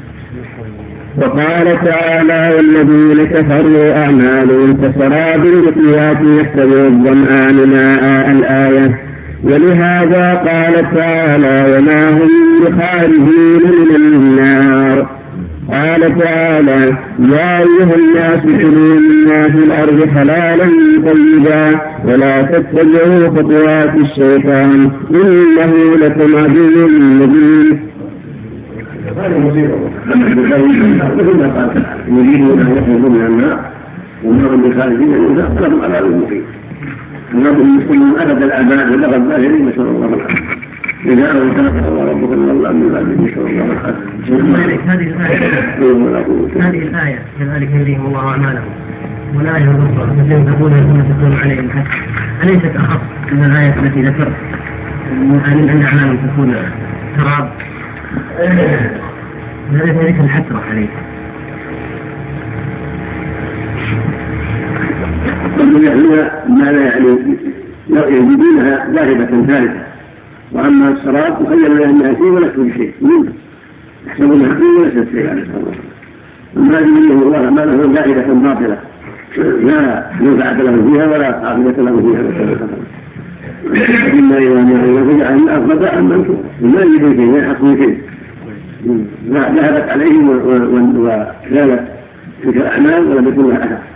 وقال تعالى والذين كفروا أعمالهم كسراب بقيعة يحسبه الظمآن ماء الآية. ولهذا قال تعالى وما هم بخارجين من النار. قال تعالى يا أيها الناس كلوا مما في الأرض حلالا طيبا ولا تتبعوا خطوات الشيطان إنه لكم عدو مبين. هذا مصيبة مثل ما قال يريدون أن يخرجوا من النار وما هم بخارجين من النار فلهم عذاب مقيم. الرب المسلمون أبد الأعمال ولغد باهرين نسأل الله العافية. إذا أردت الله ربك من الله من ذلك نسأل الله العافية. هذه الآية هذه الآية كذلك يريهم الله أعمالهم والآية الأخرى التي تقول ثم تكون عليهم حسن أليست أخف من الآية التي ذكرت أن أعمالهم تكون تراب؟ ذلك الحسرة عليه. هنا ما لا يعني يجدونها ذاهبة ثالثة. وأما الصلاة تخيل لأنها شيء ولست بشيء يحسبونها شيء ولست شيء عليه الصلاة والسلام. ما يجب الله ما له ذاهبة باطلة لا نفعة له فيها ولا عافية له فيها. إما إذا ما فجعل الأرض بدأ منكم ما يجب شيء لا يحصل شيء ذهبت عليهم وزالت تلك الأعمال ولم يكن لها أثر.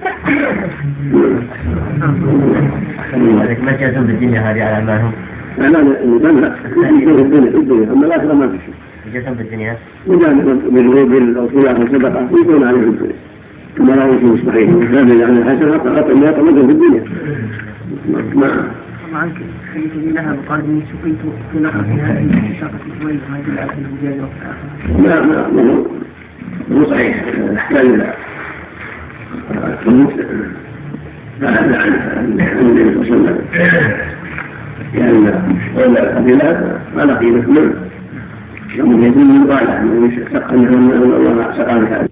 ما جازم بالدنيا هذه على أعمالهم؟ لا لا لا يكون في الدنيا الدنيا أما الآخرة ما في شيء. جازم بالدنيا؟ وجاء بالغيب أو صلاة أو صدقة يكون عليه في الدنيا كما لا يكون صحيح. هذا يعني الحسنة فقط ما يطلق في الدنيا. ما طبعا خليت لها وقال إني سقيت في نقصها في شاقة الويل ما يدل على الزجاج وقت لا ما مو صحيح. يحتاج إلى فهذا عن النبي صلى الله عليه وسلم لأن ولا القبيلات ما لقي منه يوم يدين قال أنه سقى الله سقى